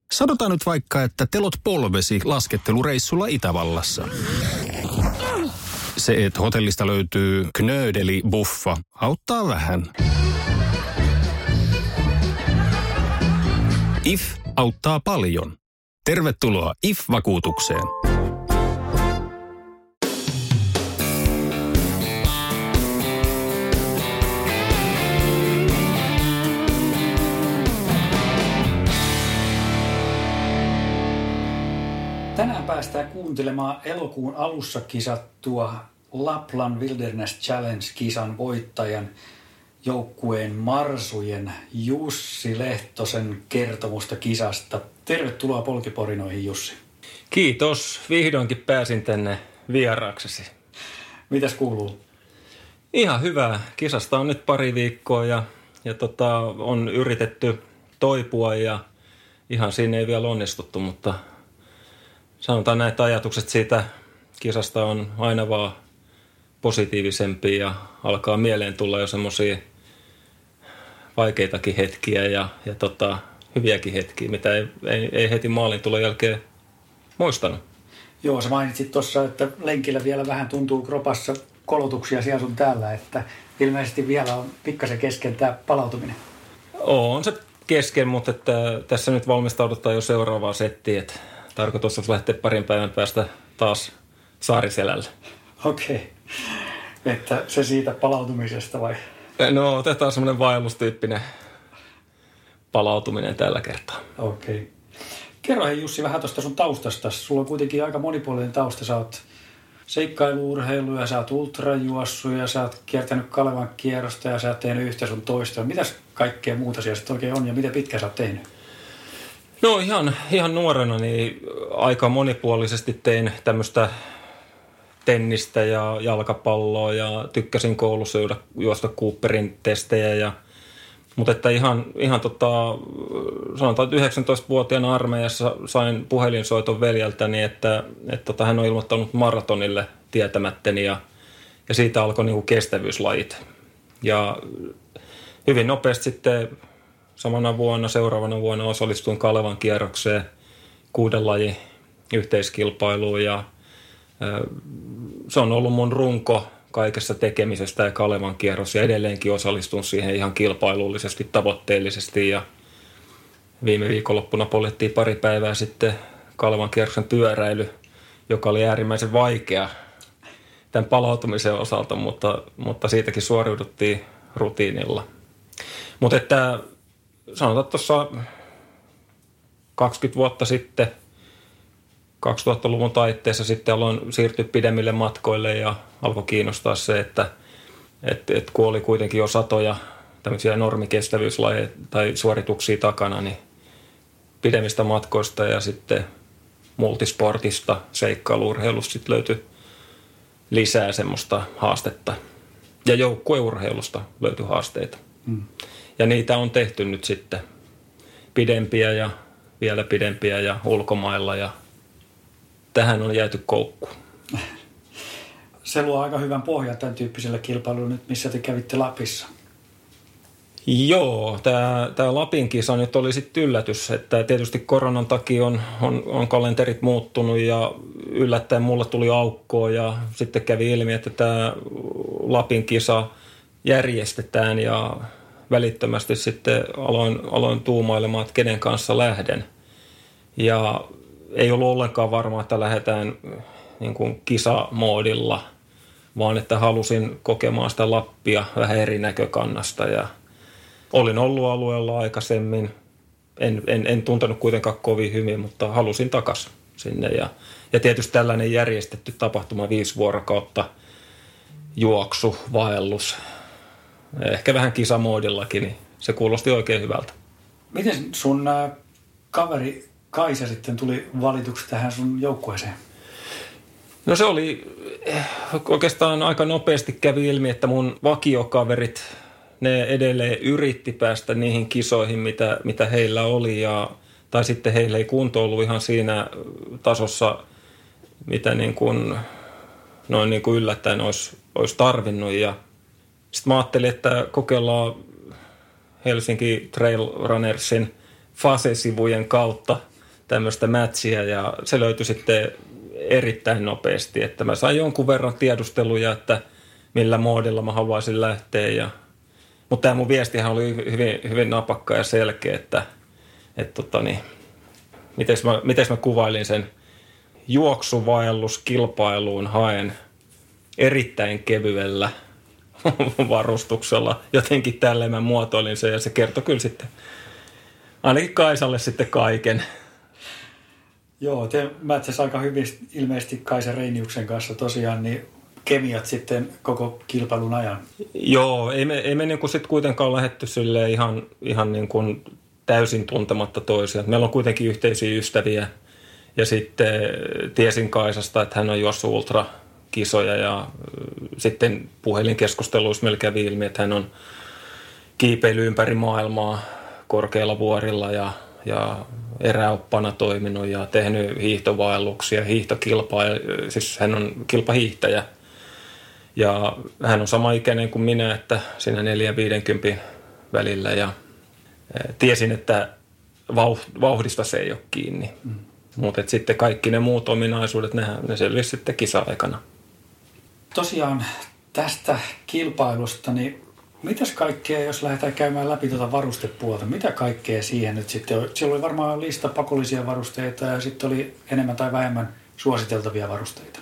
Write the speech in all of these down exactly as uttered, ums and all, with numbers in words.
Sanotaan nyt vaikka, että telot polvesi laskettelureissulla Itävallassa. Se, että hotellista löytyy knöydeli-buffa, auttaa vähän. I F auttaa paljon. Tervetuloa I F-vakuutukseen. Tänään päästään kuuntelemaan elokuun alussa kisattua Lapland Wilderness Challenge-kisan voittajan joukkueen Marsujen Jussi Lehtosen kertomusta kisasta. Tervetuloa Polkiporinoihin, Jussi. Kiitos. Vihdoinkin pääsin tänne vieraaksesi. Mitäs kuuluu? Ihan hyvä. Kisasta on nyt pari viikkoa ja, ja tota, on yritetty toipua ja ihan siinä ei vielä onnistuttu, mutta sanotaan näitä ajatukset siitä kisasta on aina vaan positiivisempia ja alkaa mieleen tulla jo semmoisia vaikeitakin hetkiä ja, ja tota, hyviäkin hetkiä, mitä ei, ei, ei heti maalin tulon jälkeen muistanut. Joo, sä mainitsit tuossa, että lenkillä vielä vähän tuntuu kropassa kolotuksia siellä sun täällä, että ilmeisesti vielä on pikkasen kesken tämä palautuminen. On se kesken, mutta että tässä nyt valmistaudutaan jo seuraavaa settiä, että tarkoitus on lähteä parin päivän päästä taas Saariselälle. Okei. Okay. Että se siitä palautumisesta vai? No, otetaan semmoinen vaellustyyppinen palautuminen tällä kertaa. Okei. Okay. Kerro hei Jussi vähän tuosta sun taustasta. Sulla on kuitenkin aika monipuolinen tausta. Sä oot seikkailu-urheilu ja sä oot ultrajuossut ja sä oot kiertänyt Kalevan kierrosta ja sä oot tehnyt yhtä sun toista. Mitäs kaikkea muuta siellä sitten oikein on ja miten pitkä sä oot tehnyt? No ihan, ihan nuorena niin aika monipuolisesti tein tämmöistä tennistä ja jalkapalloa ja tykkäsin koulussa juosta Cooperin testejä. Ja, mutta että ihan, ihan tota, sanotaan, että yhdeksäntoistavuotiaana armeijassa sain puhelinsoiton veljeltäni, että, että tota, hän on ilmoittanut maratonille tietämättäni ja, ja siitä alkoi niinku kestävyyslajit. Ja hyvin nopeasti sitten samana vuonna, seuraavana vuonna osallistuin Kalevan kierrokseen kuuden lajin yhteiskilpailuun ja se on ollut mun runko kaikessa tekemisestä ja Kalevan kierros ja edelleenkin osallistun siihen ihan kilpailullisesti, tavoitteellisesti ja viime viikonloppuna poljettiin pari päivää sitten Kalevan kierroksen pyöräily, joka oli äärimmäisen vaikea tämän palautumisen osalta, mutta, mutta siitäkin suoriuduttiin rutiinilla. Mutta että sanotaan, että tuossa kaksikymmentä vuotta sitten, kaksituhattaluvun taitteessa sitten aloin siirtyä pidemmille matkoille ja alkoi kiinnostaa se, että et, et kun oli kuitenkin jo satoja tämmöisiä normikestävyyslajeja tai suorituksia takana, niin pidemmistä matkoista ja sitten multisportista, seikkailu-urheilusta sitten löytyi lisää semmoista haastetta. Ja joukkueurheilusta löytyi haasteita. Mm. Ja niitä on tehty nyt sitten pidempiä ja vielä pidempiä ja ulkomailla ja tähän on jääty koukkuun. Se luo aika hyvän pohjan tämän tyyppiselle kilpailulle nyt, missä te kävitte Lapissa. Joo, tämä, tämä Lapin kisa nyt oli sitten yllätys, että tietysti koronan takia on, on, on kalenterit muuttunut ja yllättäen mulle tuli aukkoa ja sitten kävi ilmi, että tämä Lapin kisa järjestetään ja välittömästi sitten aloin, aloin tuumailemaan, että kenen kanssa lähden. Ja ei ollut ollenkaan varmaa, että lähdetään niin kuin kisamoodilla, vaan että halusin kokemaan sitä Lappia vähän eri näkökannasta. Ja olin ollut alueella aikaisemmin, en, en, en tuntenut kuitenkaan kovin hyvin, mutta halusin takaisin sinne. Ja, ja tietysti tällainen järjestetty tapahtuma viisi vuorokautta, juoksu, vaellus, ehkä vähän kisamoodillakin, niin se kuulosti oikein hyvältä. Miten sun äh, kaveri Kaisa sitten tuli valituksi tähän sun joukkueeseen? No se oli, oikeastaan aika nopeasti kävi ilmi, että mun vakiokaverit, ne edelleen yritti päästä niihin kisoihin, mitä, mitä heillä oli. Ja, tai sitten heillä ei kunto ollut ihan siinä tasossa, mitä niin kuin, noin niin kuin yllättäen olisi, olisi tarvinnut. Ja sitten mä ajattelin, että kokeillaan Helsinki Trail Runnersin Fase-sivujen kautta tämmöistä matchia ja se löytyi sitten erittäin nopeasti, että mä sain jonkun verran tiedusteluja, että millä moodilla mä haluaisin lähteä. Ja, mutta tämä mun viestihän oli hyvin, hyvin napakka ja selkeä, että et tota niin, miten mä, miten mä kuvailin sen juoksuvaelluskilpailuun haen erittäin kevyellä varustuksella. Jotenkin tälleen mä muotoilin sen ja se kertoi kyllä sitten ainakin Kaisalle sitten kaiken. Joo, te mätsäs aika hyvin ilmeisesti Kaisa Reiniuksen kanssa tosiaan, niin kemiat sitten koko kilpailun ajan. Joo, ei me, ei me niin kuin sit kuitenkaan lähdetty silleen ihan, ihan niin kuin täysin tuntematta toisiaan. Meillä on kuitenkin yhteisiä ystäviä ja sitten tiesin Kaisasta, että hän on juossut ultrakisoja ja sitten puhelinkeskusteluissa meillä kävi ilmi, että hän on kiipeily ympäri maailmaa korkeilla vuorilla ja, ja eräoppana toiminut ja tehnyt hiihtovaelluksia, hiihtokilpailu, siis hän on kilpahiihtäjä. Ja hän on sama ikäinen kuin minä, että siinä neljän viidenkympin välillä ja tiesin, että vauhdista se ei ole kiinni. Mm. Mutta sitten kaikki ne muut ominaisuudet, ne, ne selvisi sitten kisa-aikana. Tosiaan tästä kilpailusta, niin mitäs kaikkea, jos lähdetään käymään läpi tuota varustepuolta, mitä kaikkea siihen nyt sitten on? Siellä oli varmaan lista pakollisia varusteita ja sitten oli enemmän tai vähemmän suositeltavia varusteita.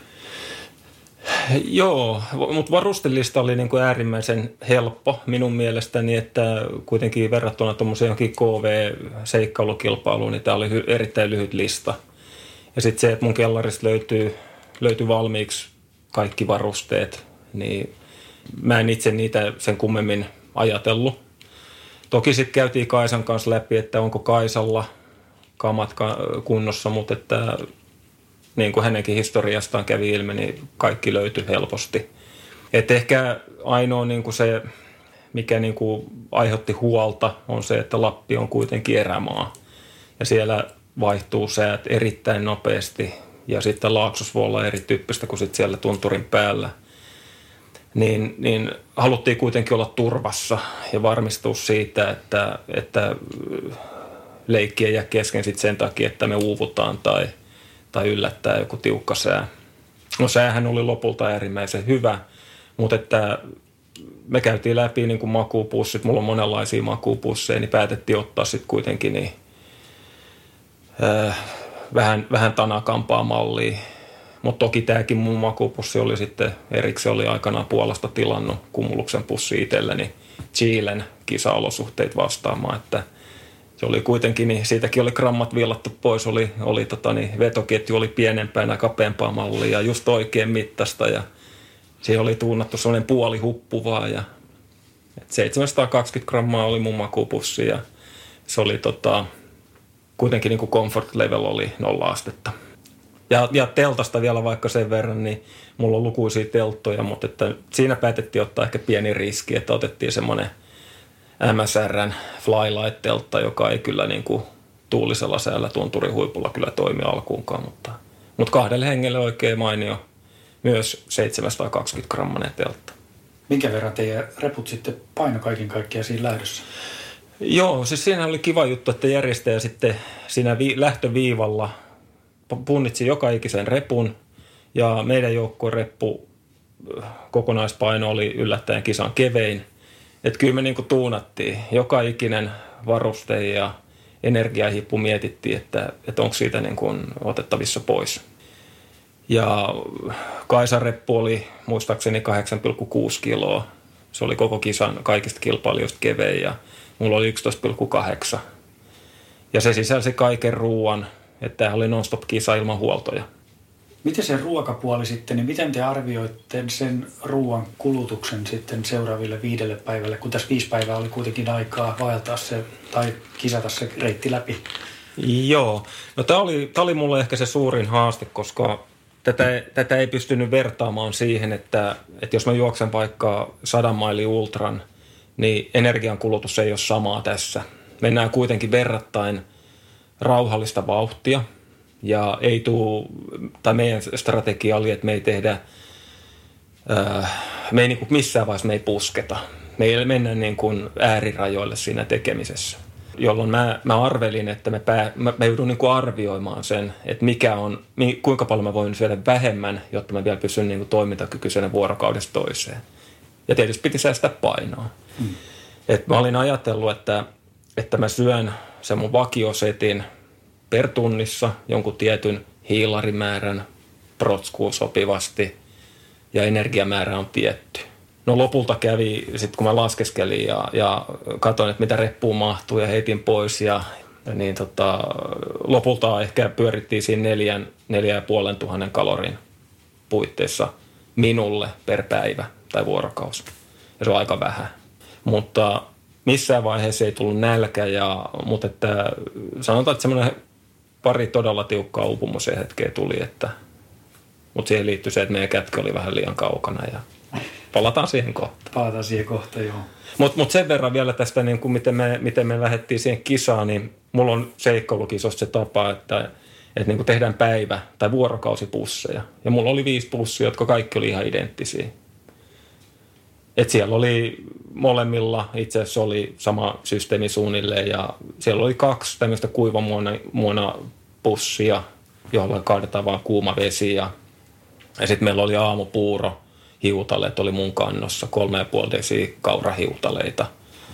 Joo, mutta varustelista oli niin kuin äärimmäisen helppo minun mielestäni, että kuitenkin verrattuna tuommoiseen johonkin K V-seikkailukilpailuun, niin tämä oli hy- erittäin lyhyt lista. Ja sitten se, että mun kellarista löytyy, löytyy valmiiksi kaikki varusteet, niin mä en itse niitä sen kummemmin ajatellut. Toki sitten käytiin Kaisan kanssa läpi, että onko Kaisalla kamat kunnossa, mutta että niin kuin hänenkin historiastaan kävi ilmi, niin kaikki löytyi helposti. Et ehkä ainoa niin kuin se, mikä niin kuin aiheutti huolta, on se, että Lappi on kuitenkin erämaa. Ja siellä vaihtuu säät erittäin nopeasti. Ja sitten Laaksossa voi olla erityyppistä kuin sitten siellä tunturin päällä. Niin, niin haluttiin kuitenkin olla turvassa ja varmistua siitä, että, että leikki ei jää kesken sit sen takia, että me uuvutaan tai tai yllättää joku tiukka sää. No säähän oli lopulta äärimmäisen hyvä, mutta että me käytiin läpi niin kuin makuupussit, mulla on monenlaisia makuupusseja, niin päätettiin ottaa sitten kuitenkin niin, äh, vähän, vähän tanakampaa mallia. Mutta toki tämäkin mun makuupussi oli sitten erikseen, oli aikanaan Puolasta tilannut Kumuluksen pussi itselleni Chilen kisaolosuhteet vastaamaan, että se oli kuitenkin, niin siitäkin oli grammat villattu pois, oli, oli tota, niin, vetoketju oli pienempää, kapeampaa mallia ja just oikein mittaista ja siihen oli tuunattu sellainen puoli huppuvaa ja seitsemänsataakaksikymmentä grammaa oli mun makuupussi ja se oli tota, kuitenkin niin kuin comfort level oli nolla astetta. Ja, ja teltasta vielä vaikka sen verran, niin mulla on lukuisia telttoja, mutta että siinä päätettiin ottaa ehkä pieni riski, että otettiin semmoinen M S R:n Flylight-teltta, joka ei kyllä niin kuin tuulisella säällä tunturin huipulla kyllä toimi alkuunkaan, mutta, mutta kahdelle hengelle oikein mainio myös seitsemänsataakaksikymmentä grammanen teltta. Minkä verran teidän reput sitten paino kaiken kaikkiaan siinä lähdössä? Joo, siis siinä oli kiva juttu, että järjestäjä sitten siinä vi- lähtöviivalla punnitsi joka ikisen repun ja meidän joukkueen reppu kokonaispaino oli yllättäen kisan kevein. Että kyllä me niinku tuunattiin. Joka ikinen varuste ja energiahippu mietittiin, että, että onko siitä niinku otettavissa pois. Ja Kaisan reppu oli muistaakseni kahdeksan pilkku kuusi kiloa. Se oli koko kisan kaikista kilpailijoista kevein ja mulla oli yksitoista pilkku kahdeksan. Ja se sisälsi kaiken ruuan, että tämä oli non-stop-kisa ilman huoltoja. Miten se ruokapuoli sitten, niin miten te arvioitte sen ruoan kulutuksen sitten seuraaville viidelle päivälle, kun tässä viisi päivää oli kuitenkin aikaa vaeltaa se tai kisata se reitti läpi? Joo, no tämä oli, tämä oli mulle ehkä se suurin haaste, koska tätä, tätä ei pystynyt vertaamaan siihen, että, että jos mä juoksen vaikka sadan mailin ultran, niin energiankulutus ei ole samaa tässä. Mennään kuitenkin verrattain rauhallista vauhtia. Ja ei tuu, tai meidän strategia oli, että me ei tehdä, ää, me ei niin kuin missään vaiheessa me ei pusketa. Me ei mennä niin kuin äärirajoille siinä tekemisessä. jolloin mä, mä arvelin, että mä, pää, mä, mä joudun niin kuin arvioimaan sen, että mikä on, kuinka paljon mä voin syödä vähemmän, jotta mä vielä pysyn niin kuin toimintakykyisenä vuorokaudesta toiseen. Ja tietysti piti säästää painoa. Mm. Et mä olin ajatellut, että, että mä syön sen mun vakiosetin per tunnissa jonkun tietyn hiilarimäärän protskuun sopivasti ja energiamäärä on tietty. No lopulta kävi, sitten kun mä laskeskelin ja, ja katsoin, että mitä reppuun mahtuu ja heitin pois ja niin tota, lopulta ehkä pyörittiin siinä neljän, neljän ja puolen tuhannen kalorin puitteissa minulle per päivä tai vuorokausi. Ja se on aika vähän. Mutta missään vaiheessa ei tullut nälkä, ja, mutta että sanotaan, että semmoinen pari todella tiukkaa uupumuksen hetkeä tuli, että, mutta siihen liittyy se, että meidän kätky oli vähän liian kaukana ja palataan siihen kohtaan. Palataan siihen kohtaan, joo. Mutta mut sen verran vielä tästä, niin kuin miten, me, miten me lähdettiin siihen kisaan, niin mulla on seikkailukisosta se tapa, että, että niin kuin tehdään päivä- tai vuorokausipusseja. Ja mulla oli viisi pussia, jotka kaikki oli ihan identtisiä. Et siellä oli molemmilla, itse asiassa oli sama systeemi suunnilleen, ja siellä oli kaksi tämmöistä kuivamuona pussia, jolla kaadetaan vaan kuuma vesi, ja, ja sitten meillä oli aamupuuro. Hiutaleet oli mun kannossa, kolme ja puoli desiä kaurahiutaleita.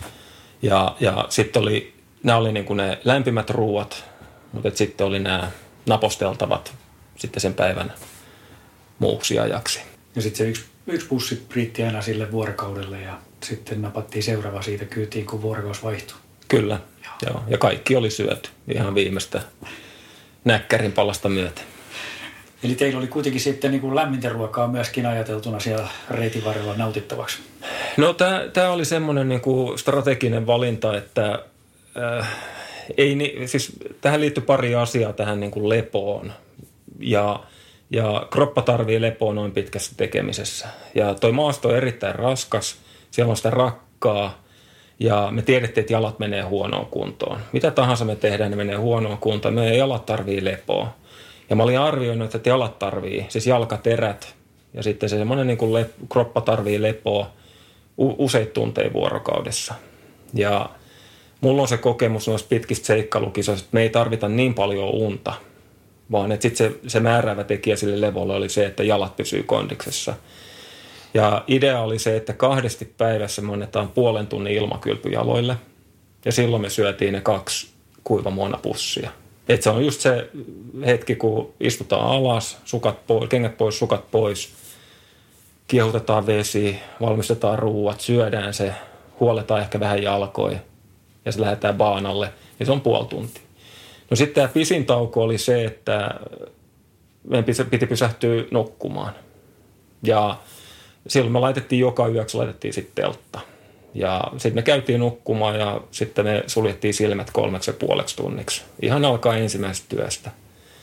Ja, ja sitten oli, nämä oli niin kuin ne lämpimät ruuat, mutta sitten oli nämä naposteltavat sitten sen päivän muuksi ajaksi. Ja sitten se yksi, yksi pussi riitti aina sille vuorokaudelle ja sitten napattiin seuraava siitä kyytiin, kun vuorokausi vaihtui. Kyllä, joo. Joo. Ja kaikki oli syöty ihan viimeistä näkkärin palasta myöten. Eli teillä oli kuitenkin sitten niin kuin lämmintä ruokaa myöskin ajateltuna siellä reitin varrella nautittavaksi. No tämä oli semmoinen niin kuin strateginen valinta, että äh, ei, siis tähän liittyy pari asiaa tähän niin kuin lepoon. Ja, ja kroppa tarvii lepoa noin pitkässä tekemisessä. Ja toi maasto on erittäin raskas, siellä on sitä rakkaa ja me tiedettiin, että jalat menee huonoon kuntoon. Mitä tahansa me tehdään, ne menee huonoon kuntoon. Meidän jalat tarvii lepoa. Ja mä olin arvioinut, että jalat tarvii, siis jalkaterät ja sitten se semmoinen niin kuin lep, kroppa tarvii lepoa u, useita tunteja vuorokaudessa. Ja mulla on se kokemus noista pitkistä seikkailukisoista, että me ei tarvita niin paljon unta, vaan että sitten se, se määräävä tekijä sille levolle oli se, että jalat pysyy kondiksessa. Ja idea oli se, että kahdesti päivässä me annetaan puolen tunnin ilmakylpy jaloille ja silloin me syötiin ne kaksi kuivamuonapussia. Että se on just se hetki, kun istutaan alas, sukat pois, kengät pois, sukat pois, kiehutetaan vesi, valmistetaan ruuat, syödään se, huoletaan ehkä vähän jalkoja ja se lähdetään baanalle, ja se on puoli tuntia. No sitten tämä pisin tauko oli se, että meidän piti pysähtyä nukkumaan. Ja silloin me laitettiin joka yöksi, laitettiin sitten teltta. Ja sitten me käytiin nukkumaan ja sitten me suljettiin silmät kolmeksi ja puoleksi tunniksi. Ihan alkaa ensimmäisestä työstä.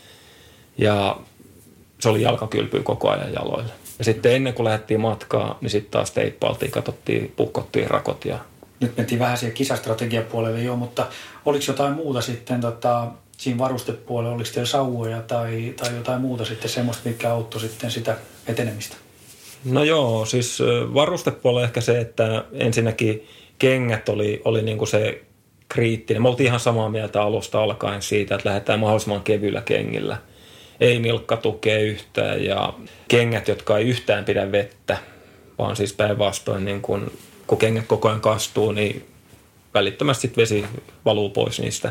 Ja se oli jalkakylpyä koko ajan jaloille. Ja sitten ennen kuin lähdettiin matkaa, niin sitten taas teippailtiin, katsottiin, puhkottiin rakot. Ja... Nyt mentiin vähän siihen kisastrategian puolelle jo, mutta oliko jotain muuta sitten tota, siinä varustepuolella? Oliko teillä sauvoja tai, tai jotain muuta sitten semmoista, mikä auttoi sitten sitä etenemistä? No joo, siis varustepuolella ehkä se, että ensinnäkin kengät oli, oli niin kuin se kriittinen. Me oltiin ihan samaa mieltä alusta alkaen siitä, että lähdetään mahdollisimman kevyillä kengillä. Ei nilkka tukee yhtään ja kengät, jotka ei yhtään pidä vettä, vaan siis päinvastoin, niin kun, kun kengät koko ajan kastuu, niin välittömästi vesi valuu pois niistä.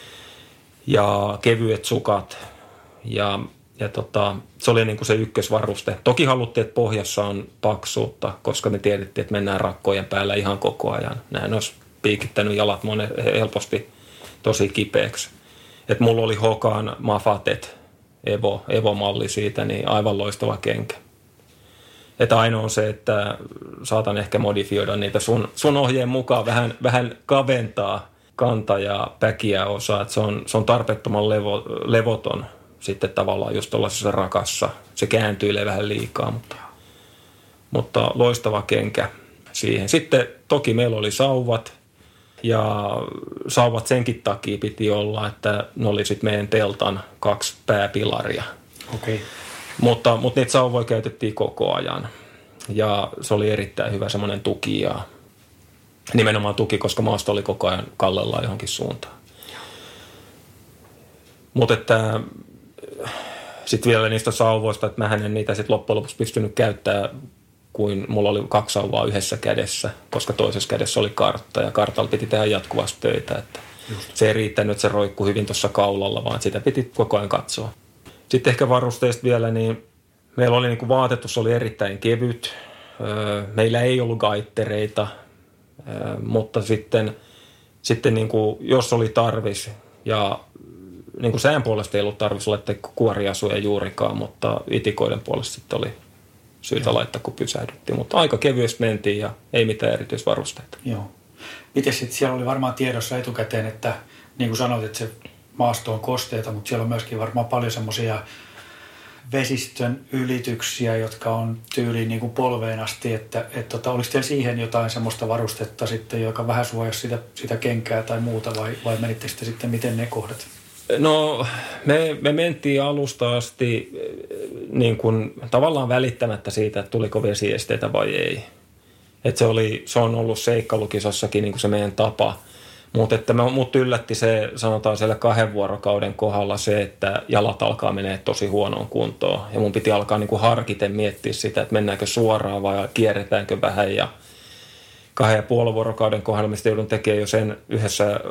Ja kevyet sukat ja Ja tota, se oli niin kuin se ykkösvaruste. Toki haluttiin, että pohjassa on paksuutta, koska me tiedettiin, että mennään rakkojen päällä ihan koko ajan. Näin olisi piikittänyt jalat monen, helposti tosi kipeäksi. Et mulla oli Hokan Mafatet Evo, Evo-malli siitä, niin aivan loistava kenkä. Että ainoa on se, että saatan ehkä modifioida niitä sun, sun ohjeen mukaan, vähän, vähän kaventaa kanta- ja päkiä osaa. Että se on, se on tarpeettoman levo, levoton. Sitten tavallaan just tuollaisessa rakassa. Se kääntyilee vähän liikaa, mutta, mutta loistava kenkä siihen. Sitten toki meillä oli sauvat ja sauvat senkin takia piti olla, että ne oli sitten meidän teltan kaksi pääpilaria. Okay. Mutta, mutta niitä sauvoja käytettiin koko ajan ja se oli erittäin hyvä semmoinen tuki ja nimenomaan tuki, koska maasto oli koko ajan kallellaan johonkin suuntaan. Mutta että sitten vielä niistä sauvoista, että mähän en niitä sitten loppujen lopuksi pystynyt käyttämään, kuin mulla oli kaksi sauvaa yhdessä kädessä, koska toisessa kädessä oli kartta ja kartalla piti tehdä jatkuvasti töitä. Että se ei riittänyt, että se roikkui hyvin tuossa kaulalla, vaan sitä piti koko ajan katsoa. Sitten ehkä varusteista vielä, niin meillä oli niin kuin vaatetus oli erittäin kevyt. Meillä ei ollut gaittereita, mutta sitten, sitten niin kuin, jos oli tarvis ja niin kuin sään puolesta ei ollut tarvis laittaa kuoriasuja juurikaan, mutta itikoiden puolesta sitten oli syytä Joo. laittaa, kun pysähdyttiin. Mutta aika kevyesti mentiin ja ei mitään erityisvarusteita. Joo. Miten sitten siellä oli varmaan tiedossa etukäteen, että niin kuin sanoit, että se maasto on kosteita, mutta siellä on myöskin varmaan paljon semmoisia vesistön ylityksiä, jotka on tyyliin niin kuin polveen asti, että et tota, oliko teillä siihen jotain semmoista varustetta sitten, joka vähän suojasi sitä, sitä kenkää tai muuta, vai, vai menittekö te sitten miten ne kohdat? No me, me mentiin alusta asti niin kuin, tavallaan välittämättä siitä, että tuliko vesiesteitä vai ei. Että se, oli, se on ollut seikkailukisossakin niin kuin se meidän tapa. Mutta että mut yllätti se, sanotaan siellä kahden vuorokauden kohdalla se, että jalat alkaa menee tosi huonoon kuntoon. Ja mun piti alkaa niin kuin harkiten miettiä sitä, että mennäänkö suoraan vai kierretäänkö vähän. Ja kahden ja puolen vuorokauden kohdalla mistä joudun tekemään jo sen yhdessä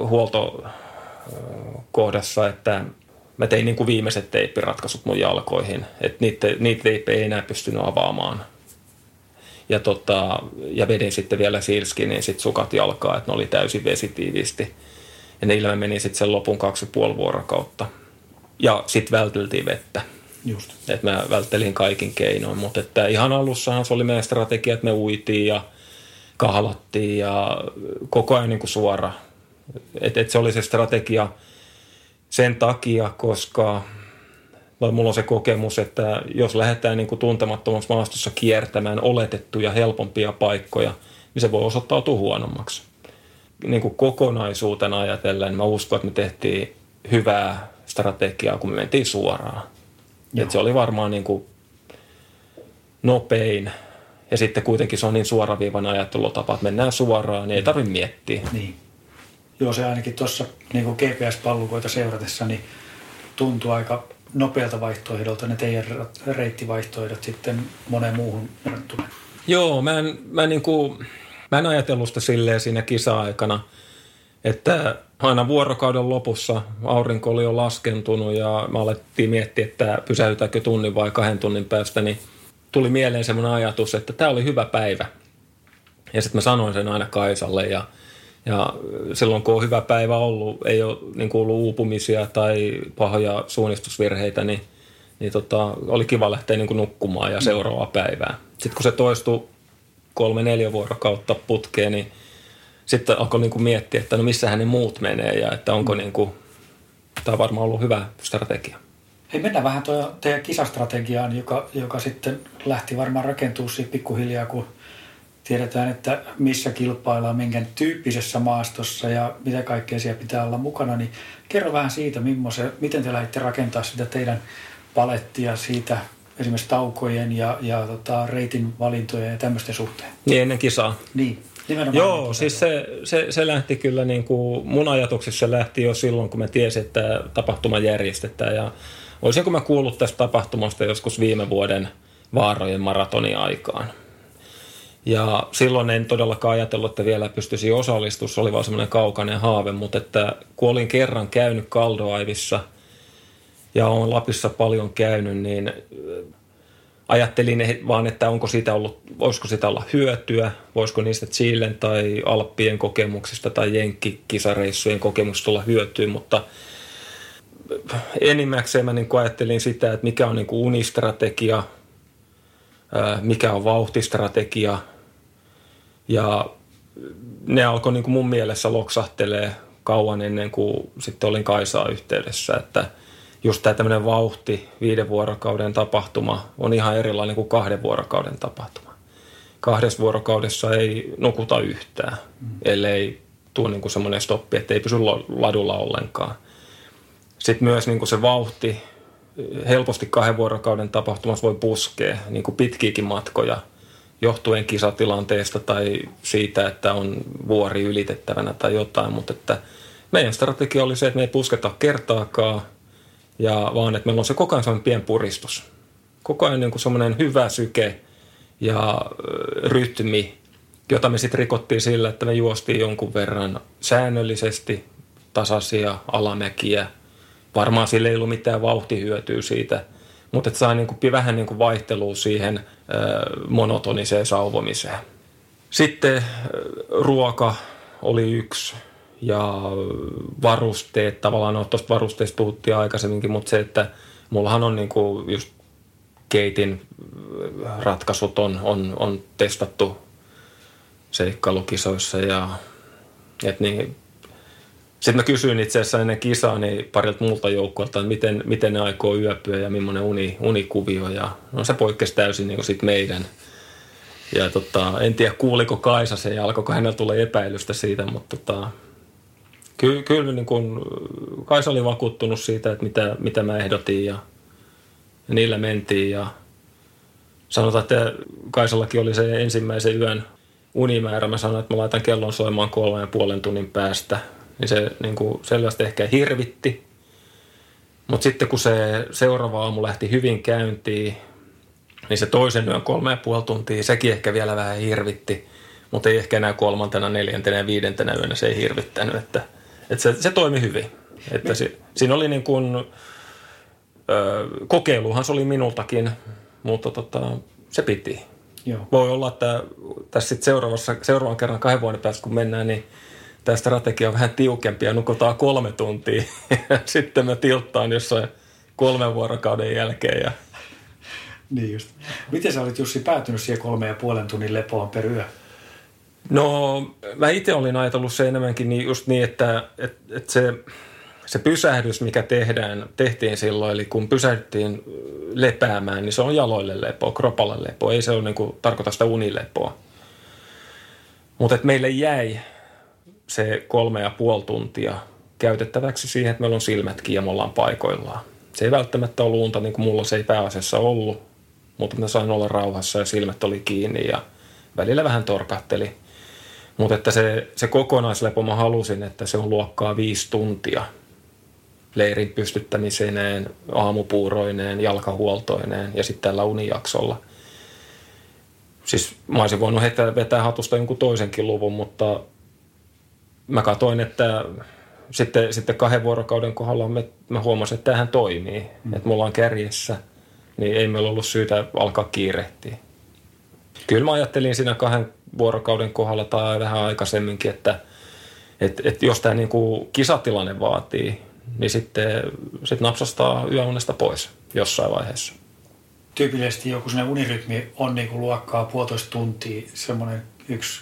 huoltokohdassa, että mä tein niin kuin viimeiset teippiratkaisut mun jalkoihin. Että niitä, niitä teippejä ei enää pystynyt avaamaan. Ja, tota, ja vedin sitten vielä silskiniin sit sukat jalkaa, että ne oli täysin vesitiivisti. Ja niillä mä menin sitten sen lopun kaksi ja puoli vuorokautta. Ja sitten välteltiin vettä. Just. Että mä välttelin kaikin keinoin. Mutta että ihan alussahan se oli meidän strategia, että me uitiin ja kahlattiin ja koko ajan niin kuin suora. Että et se oli se strategia sen takia, koska mulla on se kokemus, että jos lähdetään niin kuin tuntemattomassa maastossa kiertämään oletettuja helpompia paikkoja, niin se voi osoittautua huonommaksi. Niin kuin kokonaisuutena ajatellen, mä uskon, että me tehtiin hyvää strategiaa, kun me mentiin suoraan. Että se oli varmaan niin kuin nopein. Ja sitten kuitenkin se on niin suoraviivainen ajattelutapa, että mennään suoraan, niin ei tarvitse miettiä. Niin. Joo, se ainakin tuossa niin kuin G P S-pallukoita seuratessa niin tuntui aika nopealta vaihtoehdolta ne teidän reittivaihtoehdot sitten moneen muuhun verrattuna. Joo, mä en, mä en, niin kuin, mä en ajatellut sitä silleen siinä kisa-aikana, että aina vuorokauden lopussa aurinko oli jo laskentunut ja me alettiin miettiä, että pysäytäänkö tunnin vai kahden tunnin päästä, niin tuli mieleen semmoinen ajatus, että tämä oli hyvä päivä. Ja sitten mä sanoin sen aina Kaisalle ja Ja silloin kun on hyvä päivä ollut, ei ole niin kuin ollut uupumisia tai pahoja suunnistusvirheitä, niin, niin tota, oli kiva lähteä niin kuin nukkumaan ja seuraavaa päivää. Sitten kun se toistui kolme, neljä vuorokautta putkeen, niin sitten alkoi niin kuin miettiä, että no missähän ne muut menee ja että onko niin kuin, tämä on varmaan ollut hyvä strategia. Hei, mennään vähän tuo teidän kisastrategiaan, joka, joka sitten lähti varmaan rakentumaan siitä pikkuhiljaa, kun tiedetään, että missä kilpaillaan, minkä tyyppisessä maastossa ja mitä kaikkea siellä pitää olla mukana, niin kerro vähän siitä, miten te lähditte rakentaa sitä teidän palettia siitä esimerkiksi taukojen ja, ja tota, reitin valintojen ja tämmöisten suhteen. Niin ennen kisaa. Niin, nimenomaan. Joo, siis se, se, se lähti kyllä niin kuin mun ajatuksissa se lähti jo silloin, kun mä tiesin, että tapahtuma järjestetään ja olisinko mä kuullut tästä tapahtumasta joskus viime vuoden Vaarojen maratonin aikaan. Ja silloin en todellakaan ajatellut, että vielä pystyisi osallistumaan. Se oli vaan semmoinen kaukainen haave, mutta että kun olin kerran käynyt Kaldoaivissa ja olen Lapissa paljon käynyt, niin ajattelin vaan, että onko siitä ollut, voisiko sitä olla hyötyä, voisiko niistä Chilen tai Alppien kokemuksista tai jenkkikisareissujen kokemuksista olla hyötyä, mutta enimmäkseen mä niin kuin ajattelin sitä, että mikä on niin kuin unistrategia, mikä on vauhtistrategia. Ja ne alkoi niin kuin mun mielessä loksahtelee kauan ennen kuin sitten olin Kaisaa yhteydessä, että just tämä tämmöinen vauhti, viiden vuorokauden tapahtuma on ihan erilainen kuin kahden vuorokauden tapahtuma. Kahdessa vuorokaudessa ei nukuta yhtään, mm. ellei tule niin kuin semmoinen stoppi, että ei pysy ladulla ollenkaan. Sitten myös niin kuin se vauhti, helposti kahden vuorokauden tapahtumassa voi puskea niin kuin pitkiäkin matkoja johtuen kisatilanteesta tai siitä, että on vuori ylitettävänä tai jotain, mutta että meidän strategia oli se, että me ei pusketa kertaakaan, ja vaan että meillä on se koko ajan sellainen pien puristus. Koko ajan niin kuin semmoinen hyvä syke ja rytmi, jota me sitten rikottiin sillä, että me juostiin jonkun verran säännöllisesti tasaisia alamäkiä. Varmaan sillä ei ollut mitään vauhtihyötyä siitä, mutta että sai niin kuin vähän niin kuin vaihtelua siihen monotoniseen sauvomiseen. Sitten ruoka oli yksi ja varusteet, tavallaan no, tuosta varusteista puhuttiin aikaisemminkin, mutta se, että mullahan on niin kuin just keitin ratkaisut on, on, on testattu seikkailukisoissa ja et niin. Sitten mä kysyin itse asiassa ennen kisaa niin parilta muulta joukkueelta, että miten, miten ne aikoo yöpyä ja millainen uni, unikuvio. Ja no se poikkesi täysin niin kuin sit meidän. Ja tota, en tiedä kuuliko Kaisa sen ja alkoiko hänellä tulla epäilystä siitä, mutta tota, kyllä, kyllä niin kuin Kaisa oli vakuuttunut siitä, että mitä, mitä mä ehdotin ja, ja niillä mentiin. Ja sanotaan, että Kaisallakin oli se ensimmäisen yön unimäärä. Mä sanoin, että mä laitan kellon soimaan kolmen ja puolen tunnin päästä. Niin se niin kuin selvästi ehkä hirvitti. Mutta sitten kun se seuraava aamu lähti hyvin käyntiin, niin se toisen yön kolme ja puoli tuntia, sekin ehkä vielä vähän hirvitti. Mutta ei ehkä enää kolmantena, neljäntenä ja viidentenä yönä se ei hirvittänyt. Että, että se, se toimi hyvin. Että si, siinä oli niin kuin, ö, kokeiluhan se oli minultakin, mutta tota, se piti. Joo. Voi olla, että tässä sitten seuraavassa, seuraavan kerran kahden vuoden päästä kun mennään, niin tämä strategia on vähän tiukempi ja nukutaan kolme tuntia. Sitten mä tilttaan jossain kolmen vuorokauden jälkeen. Ja... Niin just. Miten sä olit, Jussi, päätynyt siihen kolmen ja puolen tunnin lepoon per yö? No mä itse olin ajatellut se enemmänkin niin just niin, että, että, että se, se pysähdys, mikä tehdään, tehtiin silloin, eli kun pysähdyttiin lepäämään, niin se on jaloille lepoa, kropalle lepoa. Ei se ole niin kuin, tarkoita sitä unilepoa. Mutta meille jäi se kolme ja puoli tuntia käytettäväksi siihen, että meillä on silmätkin ja me ollaan paikoillaan. Se ei välttämättä ole unta, niin kuin mulla se ei pääasiassa ollut, mutta mä sain olla rauhassa ja silmät oli kiinni ja välillä vähän torkahteli. Mutta että se, se kokonaislepo mä halusin, että se on luokkaa viisi tuntia leirin pystyttämiseneen, aamupuuroineen, jalkahuoltoineen ja sitten tällä unijaksolla. Siis mä olisin voinut vetää, vetää hatusta jonkun toisenkin luvun, mutta mä katsoin, että sitten, sitten kahden vuorokauden kohdalla me, mä huomasin, että tämähän toimii. Mm. Että mulla on kärjessä, niin ei meillä ollut syytä alkaa kiirehtiä. Kyllä mä ajattelin siinä kahden vuorokauden kohdalla tai vähän aikaisemminkin, että, että, että jos tämä niin kuin kisatilanne vaatii, niin sitten sit napsastaa yöunesta pois jossain vaiheessa. Tyypillisesti joku sellainen unirytmi on niin kuin luokkaa puolitoista tuntia, semmoinen yksi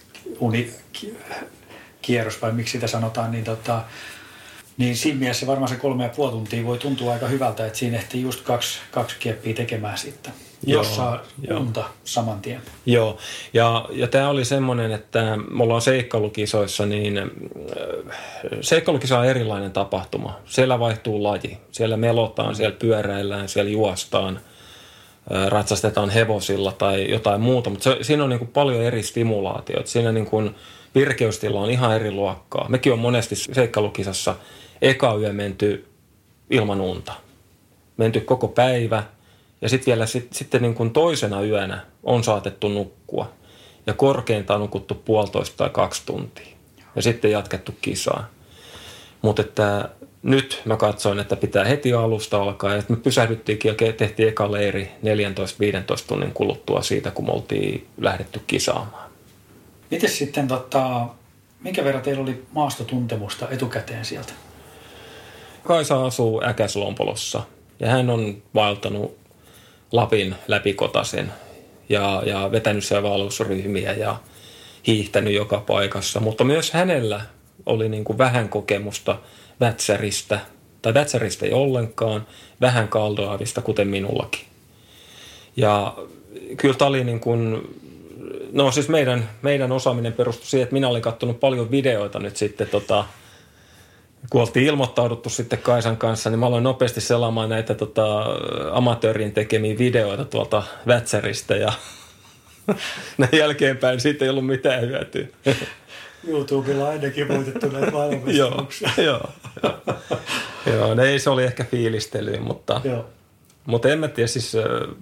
unikierros, vai miksi sitä sanotaan, niin, tota, niin siinä mielessä varmaan se kolme ja puoli tuntia voi tuntua aika hyvältä, että siinä ehtii just kaksi, kaksi kieppiä tekemään sitten, jos joo, saa unta saman tien. Joo, ja, ja tämä oli semmoinen, että me ollaan seikkailukisoissa, niin seikkailukisa on erilainen tapahtuma. Siellä vaihtuu laji, siellä melotaan, siellä pyöräillään, siellä juostaan, ratsastetaan hevosilla tai jotain muuta, mutta se, siinä on niin kuin paljon eri stimulaatioita. Siinä niin kuin virkeystila on ihan eri luokkaa. Mekin on monesti seikkailukisassa eka yö menty ilman unta. Menty koko päivä ja sitten vielä sit, sitten niin kuin toisena yönä on saatettu nukkua. Ja korkeintaan nukuttu puolitoista tai kaksi tuntia. Ja sitten jatkettu kisaa. Mutta että nyt mä katsoin, että pitää heti alusta alkaa. Ja me pysähdyttiinkin ja tehtiin eka leiri neljätoista viisitoista tunnin kuluttua siitä, kun me oltiin lähdetty kisaamaan. Miten sitten, tota, minkä verran teillä oli maastotuntemusta etukäteen sieltä? Kaisa asuu Äkäslompolossa ja hän on vaeltanut Lapin läpikotasen ja, ja vetänyt siellä vaellusryhmiä ja hiihtänyt joka paikassa. Mutta myös hänellä oli niin kuin vähän kokemusta Vätsäristä, tai Vätsäristä ei ollenkaan, vähän Kaldoavista, kuten minullakin. Ja kyllä tämä oli niin kuin, no siis meidän, meidän osaaminen perustui siihen, että minä olin katsonut paljon videoita nyt sitten, tota, kun oltiin ilmoittauduttu sitten Kaisan kanssa, niin mä aloin nopeasti selaamaan näitä tota, amatöörin tekemiä videoita tuolta Vätsäristä ja Näin jälkeenpäin siitä ei ollut mitään hyötyä. YouTubella on ennenkin voitettu näitä maailmanmestaruuksia. Joo, joo. Joo, ne ei se oli ehkä fiilistelyä, mutta, mutta en mä tiedä, siis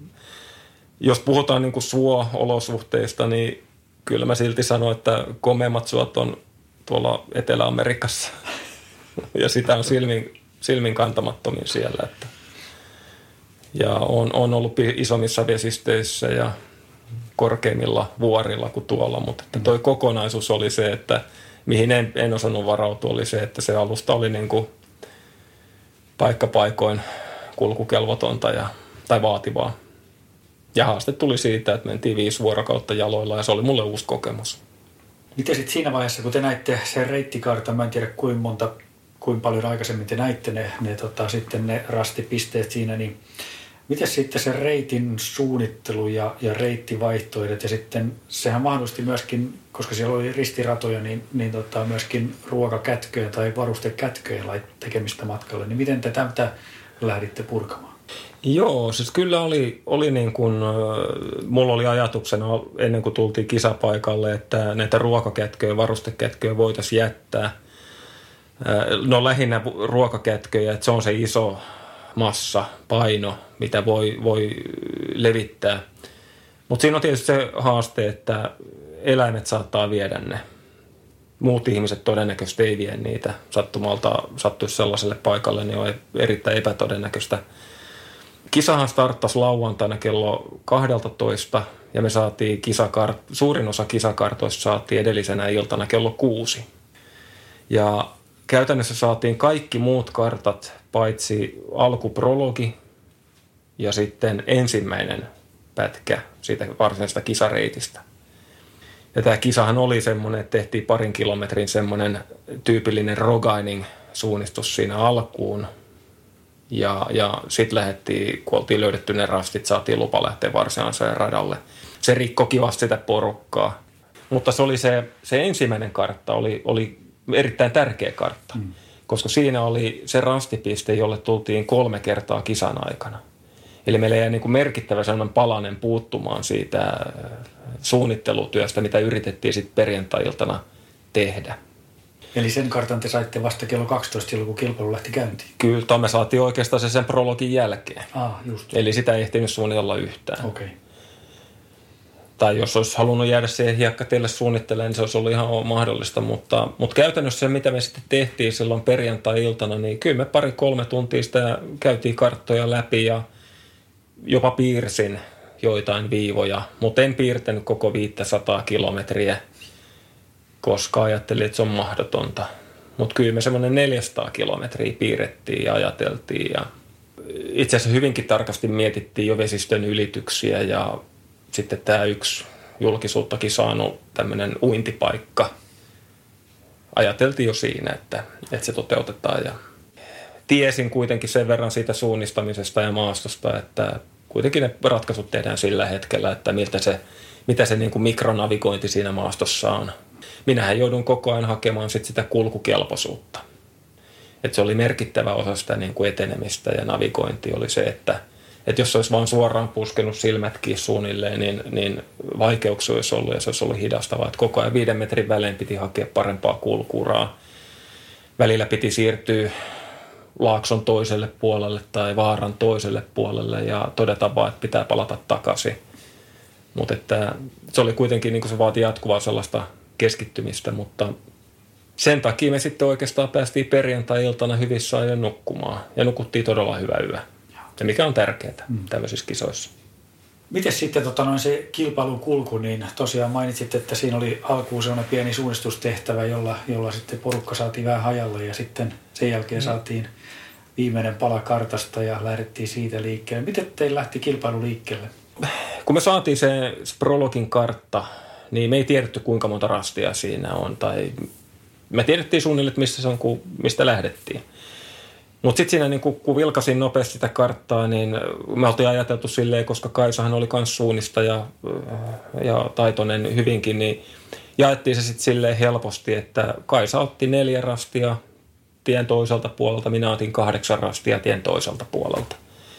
jos puhutaan niin kuin suo-olosuhteista, niin kyllä mä silti sanon, että komeimmat suot on tuolla Etelä-Amerikassa ja sitä on silmin, silmin kantamattomin siellä. Että. Ja on, on ollut isommissa vesistöissä ja korkeimmilla vuorilla kuin tuolla, mutta että toi kokonaisuus oli se, että mihin en, en osannut varautua, oli se, että se alusta oli niin kuin paikkapaikoin kulkukelvotonta ja, tai vaativaa. Ja haaste tuli siitä, että mentiin viisi vuorokautta jaloilla ja se oli mulle uusi kokemus. Miten sitten siinä vaiheessa, kun te näitte sen reittikartan, mä en tiedä kuinka monta, kuinka paljon aikaisemmin te näitte ne, ne, tota, sitten ne rastipisteet siinä, niin miten sitten se reitin suunnittelu ja, ja reittivaihtoehdot ja sitten sehän mahdollisti myöskin, koska siellä oli ristiratoja, niin, niin tota, myöskin ruokakätköjä tai varustekätköjä tekemistä matkalle, niin miten te tätä lähditte purkamaan? Joo, siis kyllä oli, oli niin kuin, mulla oli ajatuksena ennen kuin tultiin kisapaikalle, että näitä ruokakätköjä ja varustekätköjä voitaisiin jättää. No lähinnä ruokakätköjä, että se on se iso massa, paino, mitä voi, voi levittää. Mutta siinä on tietysti se haaste, että eläimet saattaa viedä ne. Muut ihmiset todennäköisesti ei vie niitä. Sattumalta sattuisi sellaiselle paikalle, niin on erittäin epätodennäköistä. Kisahan starttasi lauantaina kello kaksitoista ja me saatiin kisakart, suurin osa kisakartoista saatiin edellisenä iltana kello kuusi. Ja käytännössä saatiin kaikki muut kartat, paitsi alkuprologi ja sitten ensimmäinen pätkä siitä varsinaisesta kisareitistä. Ja tämä kisahan oli semmoinen, että tehtiin parin kilometrin semmoinen tyypillinen rogaining-suunnistus siinä alkuun. Ja, ja sitten lähdettiin, kun oltiin löydetty ne rastit, saatiin lupa lähteä varsinaiselle radalle. Se rikkoi kivasti sitä porukkaa. Mutta se oli se, se ensimmäinen kartta, oli, oli erittäin tärkeä kartta. Mm. Koska siinä oli se rastipiste, jolle tultiin kolme kertaa kisan aikana. Eli meillä jäi niin kuin merkittävä sellainen palanen puuttumaan siitä suunnittelutyöstä, mitä yritettiin sitten perjantai-iltana tehdä. Eli sen kartan te saitte vasta kello kaksitoista, kun kilpailu lähti käyntiin? Kyllä, me saatiin oikeastaan se sen prologin jälkeen. Ah, just. Eli sitä ei ehtinyt suunnitella yhtään. Okei. Okay. Tai jos olisi halunnut jäädä siihen hiekkatielle suunnittelemaan, niin se olisi ollut ihan mahdollista. Mutta, mutta käytännössä se, mitä me sitten tehtiin silloin perjantai-iltana, niin kyllä me pari-kolme tuntia sitä käytiin karttoja läpi ja jopa piirsin joitain viivoja, mutta en piirtänyt koko viisisataa kilometriä, koska ajattelin, että se on mahdotonta. Mutta kyllä me semmoinen neljäsataa kilometriä piirrettiin ja ajateltiin. Ja itse asiassa hyvinkin tarkasti mietittiin jo vesistön ylityksiä ja sitten tämä yksi julkisuuttakin saanut tämmöinen uintipaikka. Ajateltiin jo siinä, että, että se toteutetaan. Ja tiesin kuitenkin sen verran siitä suunnistamisesta ja maastosta, että kuitenkin ne ratkaisut tehdään sillä hetkellä, että miltä se, mitä se niin kuin mikronavigointi siinä maastossa on. Minähän joudun koko ajan hakemaan sit sitä kulkukelpoisuutta. Et se oli merkittävä osa sitä niin kuin etenemistä ja navigointi oli se, että, että jos olisi vaan suoraan puskenut silmätkin suunnilleen, niin, niin vaikeuksia olisi ollut ja se olisi ollut hidastavaa. Et koko ajan viiden metrin välein piti hakea parempaa kulkuraa. Välillä piti siirtyä laakson toiselle puolelle tai vaaran toiselle puolelle ja todeta vaan, että pitää palata takaisin. Mutta että se oli kuitenkin, niin kuin se vaati jatkuvaa sellaista keskittymistä, mutta sen takia me sitten oikeastaan päästiin perjantai-iltana hyvissä ajoin nukkumaan ja nukuttiin todella hyvä yö. Se mikä on tärkeää mm. tämmöisissä kisoissa. Miten sitten tota, noin se kilpailun kulku, niin tosiaan mainitsit, että siinä oli alkuun sellainen pieni suunnistustehtävä, jolla, jolla sitten porukka saatiin vähän hajalle ja sitten sen jälkeen mm. saatiin viimeinen pala kartasta ja lähdettiin siitä liikkeelle. Miten teillä lähti kilpailu liikkeelle? Kun me saatiin se, se prologin kartta, niin me ei tiedetty kuinka monta rastia siinä on. Tai me tiedettiin suunnilleen, että missä se on, mistä lähdettiin. Mutta sitten siinä, niin kun, kun vilkasin nopeasti sitä karttaa, niin me oltiin ajateltu silleen, koska Kaisahan oli myös suunnistaja ja taitoinen hyvinkin, niin jaettiin se sitten silleen helposti, että Kaisa otti neljä rastia tien toiselta puolelta, minä otin kahdeksan rastia tien toiselta puolelta.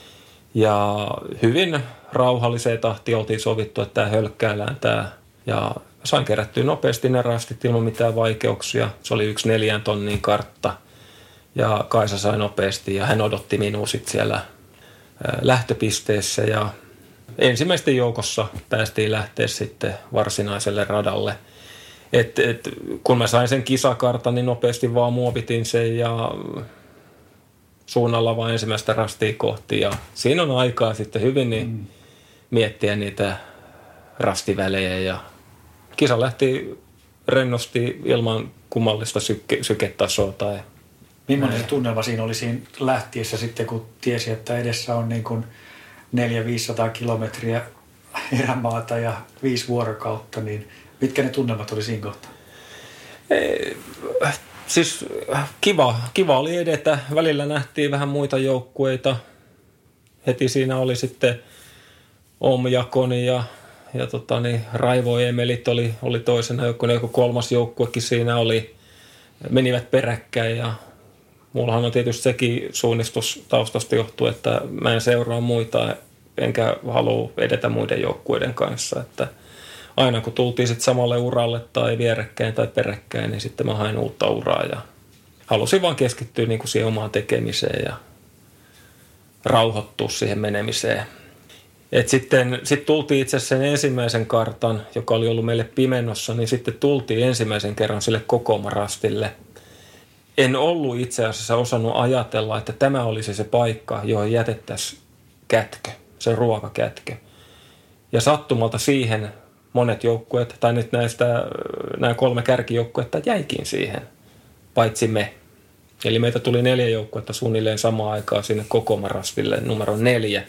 Ja hyvin rauhalliseen tahtiin oltiin sovittu, että tämä hölkkäillään tämä. Ja sain kerättyä nopeasti ne rastit ilman mitään vaikeuksia. Se oli yksi neljän tonnin kartta. Ja Kaisa sai nopeasti ja hän odotti minua sitten siellä lähtöpisteessä. Ja ensimmäisten joukossa päästiin lähteä sitten varsinaiselle radalle. Et, et, kun mä sain sen kisakartan, niin nopeasti vaan muovitin sen ja suunnalla vaan ensimmäistä rastia kohti. Ja siinä on aikaa sitten hyvin niin mm. miettiä niitä rastivälejä. Ja kisa lähti rennosti ilman kummallista syke, syketasoa. Tai millainen se tunnelma siinä oli siinä lähtiessä sitten, kun tiesi, että edessä on niin kuin neljä viisisataa kilometriä erämaata ja viisi vuorokautta, niin mitkä ne tunnelmat oli siinä kohtaa? Ei, siis kiva, kiva oli edetä. Välillä nähtiin vähän muita joukkueita. Heti siinä oli sitten Omjakoni ja, ja tota niin, Raivo Emelit oli, oli toisena joukkueena. Joku kolmas joukkuekin siinä oli. Menivät peräkkäin ja mullahan on tietysti sekin suunnistus taustasta johtuu, että mä en seuraa muita enkä halua edetä muiden joukkueiden kanssa, että aina kun tultiin sitten samalle uralle tai vierekkäin tai peräkkäin, niin sitten mä hain uutta uraa ja halusin vaan keskittyä niin kuin siihen omaan tekemiseen ja rauhoittua siihen menemiseen. Et sitten sit tultiin itse asiassa sen ensimmäisen kartan, joka oli ollut meille pimennossa, niin sitten tultiin ensimmäisen kerran sille Kokoma-rastille. En ollut itse asiassa osannut ajatella, että tämä olisi se paikka, johon jätettäisiin kätkö, se ruokakätkö. Ja sattumalta siihen monet joukkueet, tai nyt näistä, nämä kolme kärkijoukkuetta jäikin siihen, paitsi me. Eli meitä tuli neljä joukkuetta suunnilleen samaan aikaan sinne Kokoma-rastille numero neljä,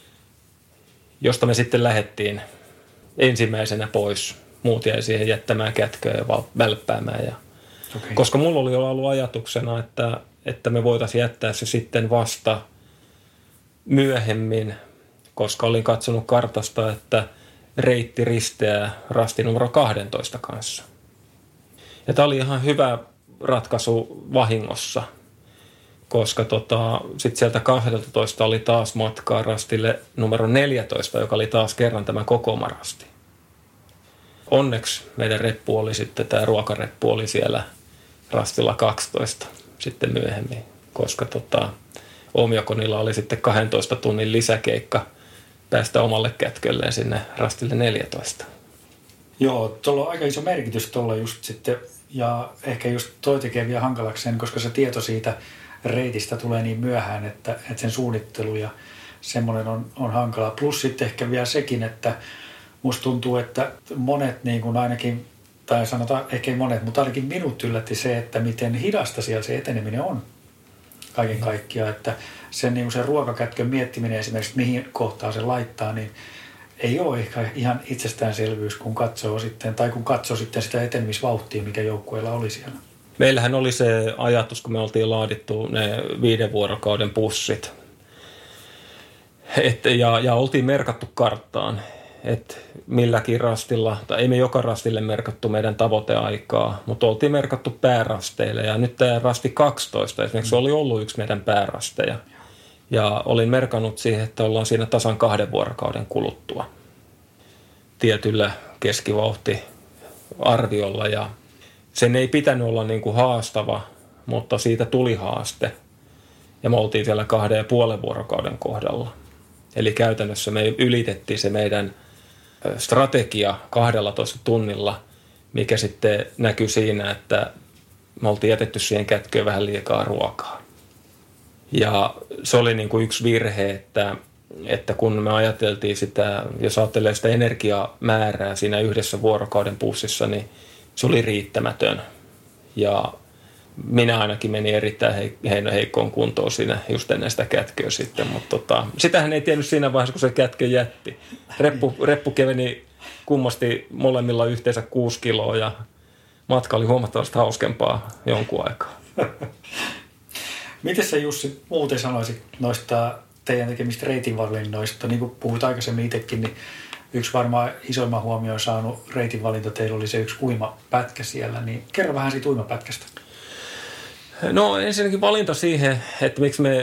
josta me sitten lähdettiin ensimmäisenä pois. Muut jäi siihen jättämään kätköä ja välppäämään. Ja okay. Koska mulla oli ollut ajatuksena, että, että me voitaisiin jättää se sitten vasta myöhemmin, koska olin katsonut kartasta, että reitti risteää rasti numero kaksitoista kanssa. Ja tämä oli ihan hyvä ratkaisu vahingossa, koska tota, sitten sieltä kaksitoista oli taas matkaa rastille numero neljätoista, joka oli taas kerran tämä Kokoma-rasti. Onneksi meidän reppu oli sitten, tämä ruokareppu oli siellä rastilla kaksitoista sitten myöhemmin, koska tota, Omjakonilla oli sitten kahdentoista tunnin lisäkeikka päästä omalle kätkölleen sinne rastille neljätoista. Joo, tuolla on aika iso merkitys tuolla just sitten, ja ehkä just toi tekee vielä hankalaksi sen, koska se tieto siitä reitistä tulee niin myöhään, että, että sen suunnittelu ja semmoinen on, on hankalaa. Plus sitten ehkä vielä sekin, että musta tuntuu, että monet niin kuin ainakin, tai sanotaan ehkä ei monet, mutta ainakin minut yllätti se, että miten hidasta siellä se eteneminen on kaiken kaikkiaan. Että sen, niin kuin sen ruokakätkön miettiminen esimerkiksi, mihin kohtaan se laittaa, niin ei ole ehkä ihan itsestäänselvyys, kun katsoo sitten, tai kun katsoo sitten sitä etenemisvauhtia, mikä joukkueella oli siellä. Meillähän oli se ajatus, kun me oltiin laadittu ne viiden vuorokauden pussit. Et, ja, ja oltiin merkattu karttaan, että milläkin rastilla, tai ei me joka rastille merkattu meidän tavoiteaikaa, mutta oltiin merkattu päärasteille. Ja nyt tämä rasti kaksitoista esimerkiksi oli ollut yksi meidän päärasteja. Ja olin merkannut siihen, että ollaan siinä tasan kahden vuorokauden kuluttua tietyllä keskivauhtiarviolla. Ja sen ei pitänyt olla niin kuin haastava, mutta siitä tuli haaste. Ja me oltiin siellä kahden ja puolen vuorokauden kohdalla. Eli käytännössä me ylitettiin se meidän strategia kahdellatoista tunnilla, mikä sitten näkyi siinä, että me oltiin jätetty siihen kätköön vähän liikaa ruokaa. Ja se oli niin kuin yksi virhe, että, että kun me ajateltiin sitä, jos ajattelee sitä energiamäärää siinä yhdessä vuorokauden pussissa, niin se oli riittämätön. Ja minä ainakin menin erittäin heikkoon kuntoon siinä just ennen sitä kätköä sitten, mutta tota, sitähän ei tiennyt siinä vaiheessa, kun se kätkö jätti. Reppu, reppu keveni kummasti molemmilla yhteensä kuusi kiloa ja matka oli huomattavasti hauskempaa jonkun aikaa. Miten sä, Jussi, muuten sanoisit noista teidän tekemistä reitinvalinnoista? Niin kuin puhuit aikaisemmin itsekin, niin yksi varmaan isoimman huomioon saanut reitinvalinta teillä oli se yksi uimapätkä siellä. Niin kerro vähän siitä uimapätkästä. No ensinnäkin valinta siihen, että miksi me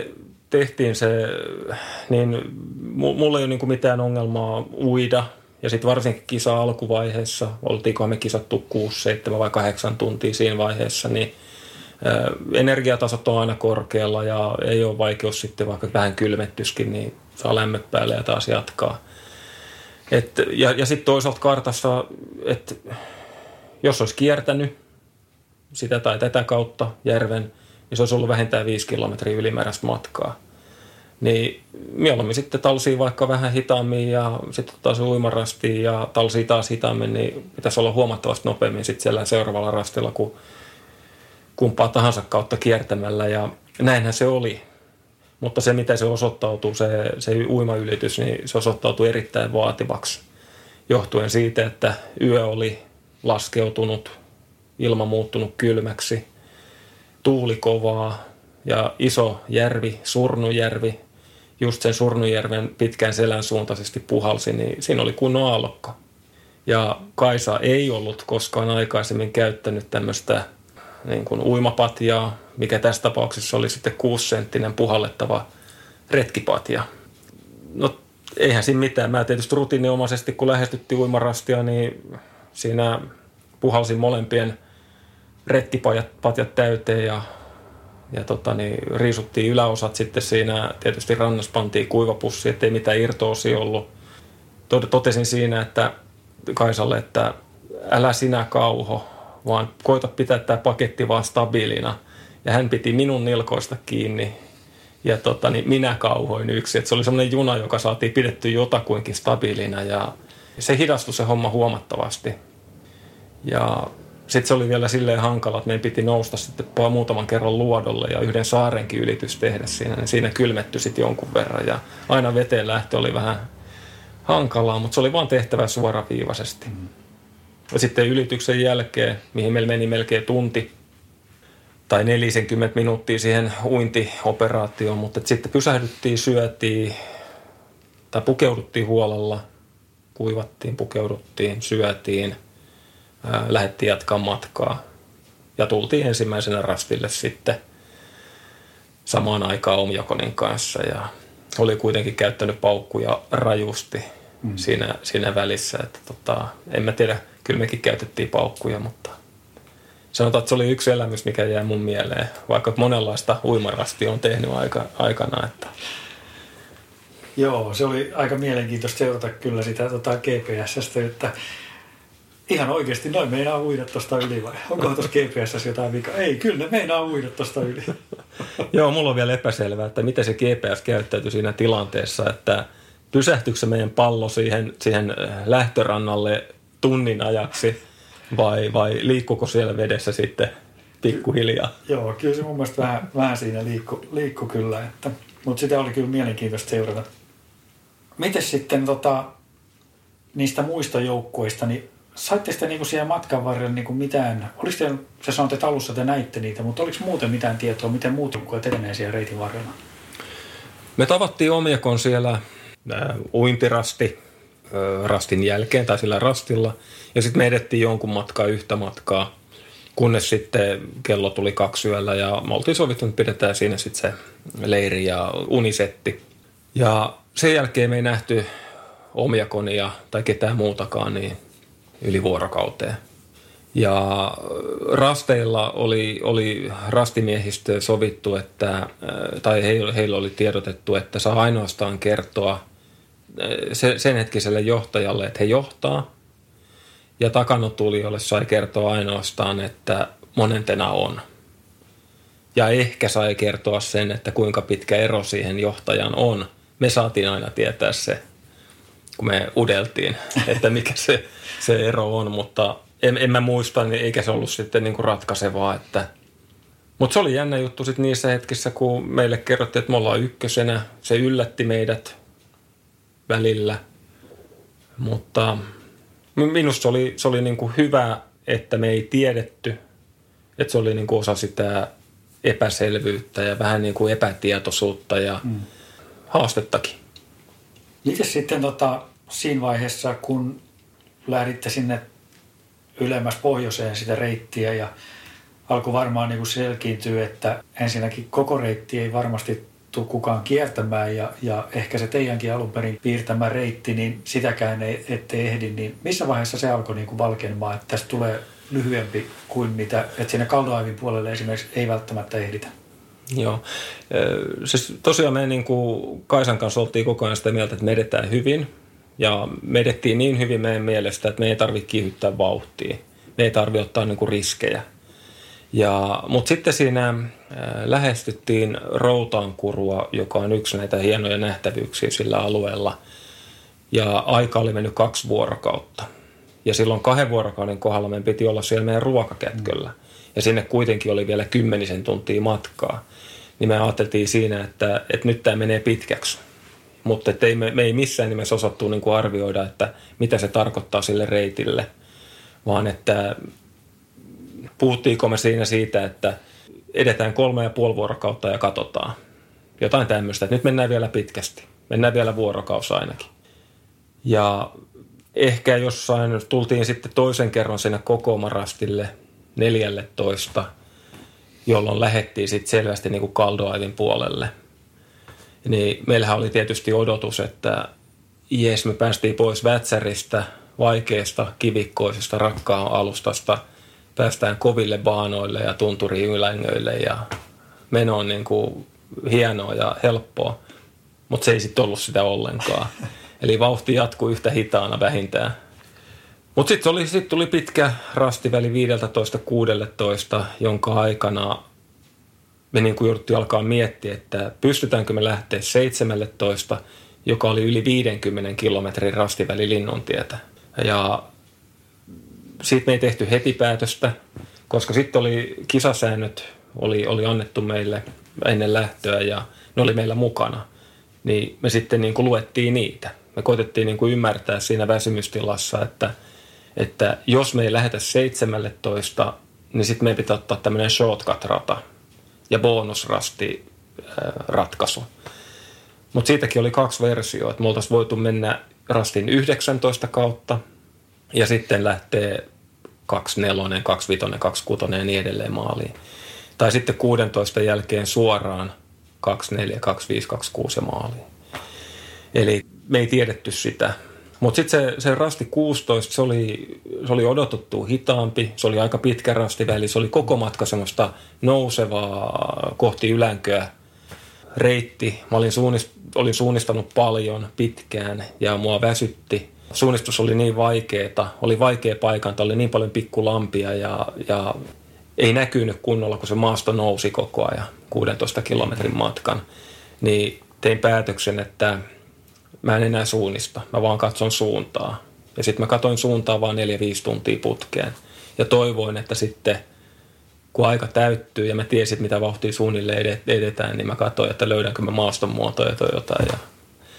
tehtiin se, niin mulla ei ole niin kuin mitään ongelmaa uida. Ja sitten varsinkin kisa alkuvaiheessa, oltiinkohan me kisattu kuusi, seitsemän vai kahdeksan tuntia siinä vaiheessa, niin energiatasot on aina korkealla ja ei ole vaikeus sitten, vaikka vähän kylmettyskin, niin saa lämmöt päälle ja taas jatkaa. Et, ja ja sitten toisaalta kartassa, että jos olisi kiertänyt sitä tai tätä kautta järven, niin se olisi ollut vähintään viisi kilometriä ylimääräistä matkaa. Niin mieluummin sitten talsii vaikka vähän hitaammin ja sitten taas uimarastiin ja talsii taas hitaammin, niin pitäisi olla huomattavasti nopeammin sitten siellä seuraavalla rastilla kuin kumpaa tahansa kautta kiertämällä. Ja näinhän se oli. Mutta se, mitä se osoittautuu, se, se uimaylitys, niin se osoittautui erittäin vaativaksi. Johtuen siitä, että yö oli laskeutunut, ilma muuttunut kylmäksi, tuuli kovaa ja iso järvi, Surnujärvi, just sen Surnujärven pitkän selän suuntaisesti puhalsi, niin siinä oli kunnon aallokko. Ja Kaisa ei ollut koskaan aikaisemmin käyttänyt tämmöistä niin kuin uimapatjaa, mikä tässä tapauksessa oli sitten kuusisenttinen puhallettava retkipatja. No eihän siinä mitään. Mä tietysti rutiininomaisesti, kun lähestyttiin uimarastia, niin siinä puhalsin molempien retkipatjat täyteen ja, ja tota, niin, riisuttiin yläosat sitten siinä. Tietysti rannassa pantiin kuivapussi, ettei mitään irtoosia ollut. Totesin siinä, että Kaisalle, että älä sinä kauho, vaan koita pitää tämä paketti vaan stabiilina. Ja hän piti minun nilkoista kiinni ja tota, niin minä kauhoin yksi. Et se oli semmoinen juna, joka saatiin pidetty jotakuinkin stabiilina ja se hidastui se homma huomattavasti. Ja sitten se oli vielä silleen hankala, että meidän piti nousta sitten muutaman kerran luodolle ja yhden saarenkin ylitys tehdä siinä. Niin siinä kylmettyi sitten jonkun verran ja aina veteen lähtö oli vähän hankalaa, mutta se oli vaan tehtävä suoraviivaisesti. Mm. Ja sitten ylityksen jälkeen, mihin meillä meni melkein tunti tai neljäkymmentä minuuttia siihen uintioperaatioon, mutta sitten pysähdyttiin, syötiin tai pukeuduttiin huolella, kuivattiin, pukeuduttiin, syötiin, ää, lähdettiin jatkaa matkaa ja tultiin ensimmäisenä rastille sitten samaan aikaan Omjakonin kanssa ja oli kuitenkin käyttänyt paukkuja rajusti mm. siinä, siinä välissä, että tota, en mä tiedä, kyllä mekin käytettiin paukkuja, mutta sanotaan, että se oli yksi elämys, mikä jäi mun mieleen, vaikka monenlaista uimarastia on tehnyt aika, aikana. Että. Joo, se oli aika mielenkiintoista seurata kyllä sitä tota G P S:stä, että ihan oikeasti noin meinaa uida tuosta yli vai onko tuossa G P S:ssä jotain vika? Ei, kyllä ne meinaa uida tuosta yli. Joo, mulla on vielä epäselvää, että miten se G P S käyttäytyi siinä tilanteessa, että pysähtyykö se meidän pallo siihen, siihen lähtörannalle tunnin ajaksi vai, vai liikkuuko siellä vedessä sitten pikkuhiljaa? Joo, kyllä se mun mielestä vähän, vähän siinä liikku, liikku kyllä, että, mutta sitä oli kyllä mielenkiintoista seurata. Mites sitten tota, niistä muista joukkueista, niin saitte sitten niinku siellä matkan varrella niinku mitään, oliko te, sä sanoit, että alussa te näitte niitä, mutta oliko muuten mitään tietoa, miten muut joukkueet etenee siellä reitin varrella? Me tavattiin Omjakon siellä äh, uintirasti äh, rastin jälkeen tai sillä rastilla ja sitten me edettiin jonkun matkaa yhtä matkaa, kunnes sitten kello tuli kaksi yöllä ja me oltiin sovittu, että pidetään siinä sitten se leiri ja unisetti. Ja sen jälkeen me ei nähty Omjakonia tai ketään muutakaan niin yli vuorokauteen. Ja rasteilla oli, oli rastimiehistöä sovittu, että, tai heillä oli tiedotettu, että saa ainoastaan kertoa sen hetkiselle johtajalle, että he johtaa. Ja takanotulijoille sai kertoa ainoastaan, että monentena on. Ja ehkä sai kertoa sen, että kuinka pitkä ero siihen johtajan on. Me saatiin aina tietää se, kun me udeltiin, että mikä se, se ero on, mutta en, en mä muista, niin eikä se ollut sitten niin kuin ratkaisevaa. Että. Mutta se oli jännä juttu sitten niissä hetkissä, kun meille kerrottiin, että me ollaan ykkösenä. Se yllätti meidät välillä, mutta minusta se oli, se oli niin kuin hyvä, että me ei tiedetty, että se oli niin kuin osa sitä epäselvyyttä ja vähän niin kuin epätietoisuutta ja mm. haastettakin. Miten sitten tota, siinä vaiheessa, kun lähditte sinne ylemmäs pohjoiseen sitä reittiä ja alkoi varmaan niin kuin selkiintyä, että ensinnäkin koko reitti ei varmasti tule kukaan kiertämään ja, ja ehkä se teidänkin alun perin piirtämä reitti, niin sitäkään ei, ette ehdi. Niin missä vaiheessa se alkoi niin kuin valkenemaan, että tästä tulee lyhyempi kuin mitä, että siinä Caldo-Ivyn puolelle esimerkiksi ei välttämättä ehditä? Joo. Siis tosiaan me niin kuin Kaisan kanssa oltiin koko ajan sitä mieltä, että me edetään hyvin. Ja me edettiin niin hyvin meidän mielestä, että me ei tarvitse kiihyttää vauhtia. Me ei tarvitse ottaa niin kuin riskejä. Ja, mutta sitten siinä lähestyttiin Routaankurua, joka on yksi näitä hienoja nähtävyyksiä sillä alueella. Ja aika oli mennyt kaksi vuorokautta. Ja silloin kahden vuorokauden kohdalla meidän piti olla siellä meidän ruokakätköllä. Ja sinne kuitenkin oli vielä kymmenisen tuntia matkaa. Niin me ajateltiin siinä, että, että nyt tämä menee pitkäksi. Mutta ei, me, me ei missään nimessä osattu niin kuin arvioida, että mitä se tarkoittaa sille reitille. Vaan että puhuttiinko me siinä siitä, että edetään kolme ja puoli vuorokautta ja katsotaan. Jotain tämmöistä, että nyt mennään vielä pitkästi. Mennään vielä vuorokausi ainakin. Ja ehkä jossain tultiin sitten toisen kerran sinne Kokoomarastille neljälletoista, jolloin lähdettiin sitten selvästi niin kuin Caldo-Ivyn puolelle. Niin meillähän oli tietysti odotus, että jes, me päästiin pois Vätsäristä, vaikeasta, kivikkoisesta, rakkaan alustasta. Päästään koville baanoille ja tunturi-ylängöille ja meno on niin kuin hienoa ja helppoa, mutta se ei sitten ollut sitä ollenkaan. Eli vauhti jatkuu yhtä hitaana vähintään. Mutta sitten sit tuli pitkä rastiväli viisitoista kuusitoista, jonka aikana me niin kuin jouduttiin alkaa miettiä, että pystytäänkö me lähteä seitsemäntoista, joka oli yli viidenkymmenen kilometrin rastiväli Linnuntietä. Ja siitä me ei tehty heti päätöstä, koska sitten oli kisasäännöt, oli, oli annettu meille ennen lähtöä ja ne oli meillä mukana. Niin me sitten niin kuin luettiin niitä. Me koitettiin niin kuin ymmärtää siinä väsymystilassa, että, että jos me ei lähetä seitsemäntoista, niin sitten meidän pitää ottaa tämmöinen shortcut-rata ja bonusrasti ratkaisu. Mutta siitäkin oli kaksi versioa, että me oltaisiin voitu mennä rastin yhdeksäntoista kautta ja sitten lähtee kaksikymmentäneljä, kaksikymmentäviisi, kaksikymmentäkuusi ja niin edelleen maaliin. Tai sitten kuusitoista jälkeen suoraan kaksikymmentäneljä, kaksikymmentäviisi, kaksikymmentäkuusi ja maaliin. Eli me ei tiedetty sitä. Mutta sitten se, se rasti kuusitoista, se oli, se oli odotettu hitaampi, se oli aika pitkä rastiväli, se oli koko matka semmoista nousevaa kohti Ylänköä reitti. Mä olin, suunnist, olin suunnistanut paljon pitkään ja mua väsytti. Suunnistus oli niin vaikeeta, oli vaikea paikanta, oli niin paljon pikkulampia ja, ja ei näkynyt kunnolla, kun se maasto nousi koko ajan kuudentoista kilometrin matkan. Niin tein päätöksen, että mä en enää suunnista, mä vaan katson suuntaa. Ja sitten mä katsoin suuntaa vaan neljä viisi tuntia putkeen. Ja toivoin, että sitten kun aika täyttyy ja mä tiesin, mitä vauhtia suunnilleen edetään, niin mä katsoin, että löydänkö mä maaston muotoja tai jotain. Ja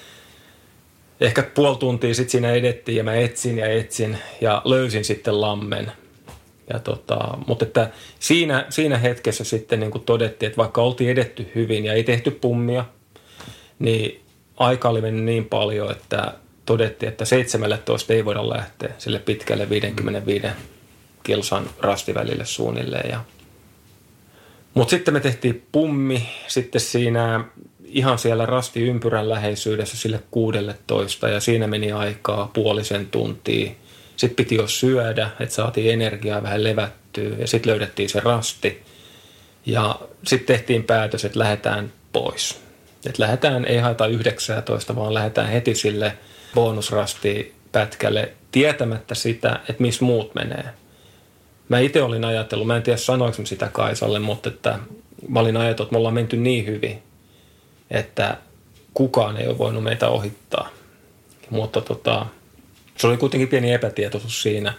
ehkä puoli tuntia sitten siinä edettiin ja mä etsin ja etsin ja löysin sitten lammen. Ja tota, mutta että siinä, siinä hetkessä sitten niin kuin todettiin, että vaikka oltiin edetty hyvin ja ei tehty pummia, niin aika oli mennyt niin paljon, että todettiin, että seitsemäntoista ei voida lähteä sille pitkälle viisikymmentäviisi kilsan rastivälille suunnilleen. Ja mutta sitten me tehtiin pummi sitten siinä ihan siellä rastiympyrän läheisyydessä sille kuusitoista ja siinä meni aikaa puolisen tuntia. Sitten piti jo syödä, että saatiin energiaa vähän levättyä ja sitten löydettiin se rasti. Ja sitten tehtiin päätös, että lähdetään pois. Että lähdetään, ei haeta yhdeksäntoista, vaan lähdetään heti sille bonusrastipätkälle tietämättä sitä, että missä muut menee. Mä itse olin ajatellut, mä en tiedä sanoinko sitä Kaisalle, mutta että mä olin ajatellut, että me ollaan menty niin hyvin, että kukaan ei ole voinut meitä ohittaa. Mutta tota, se oli kuitenkin pieni epätietoisuus siinä.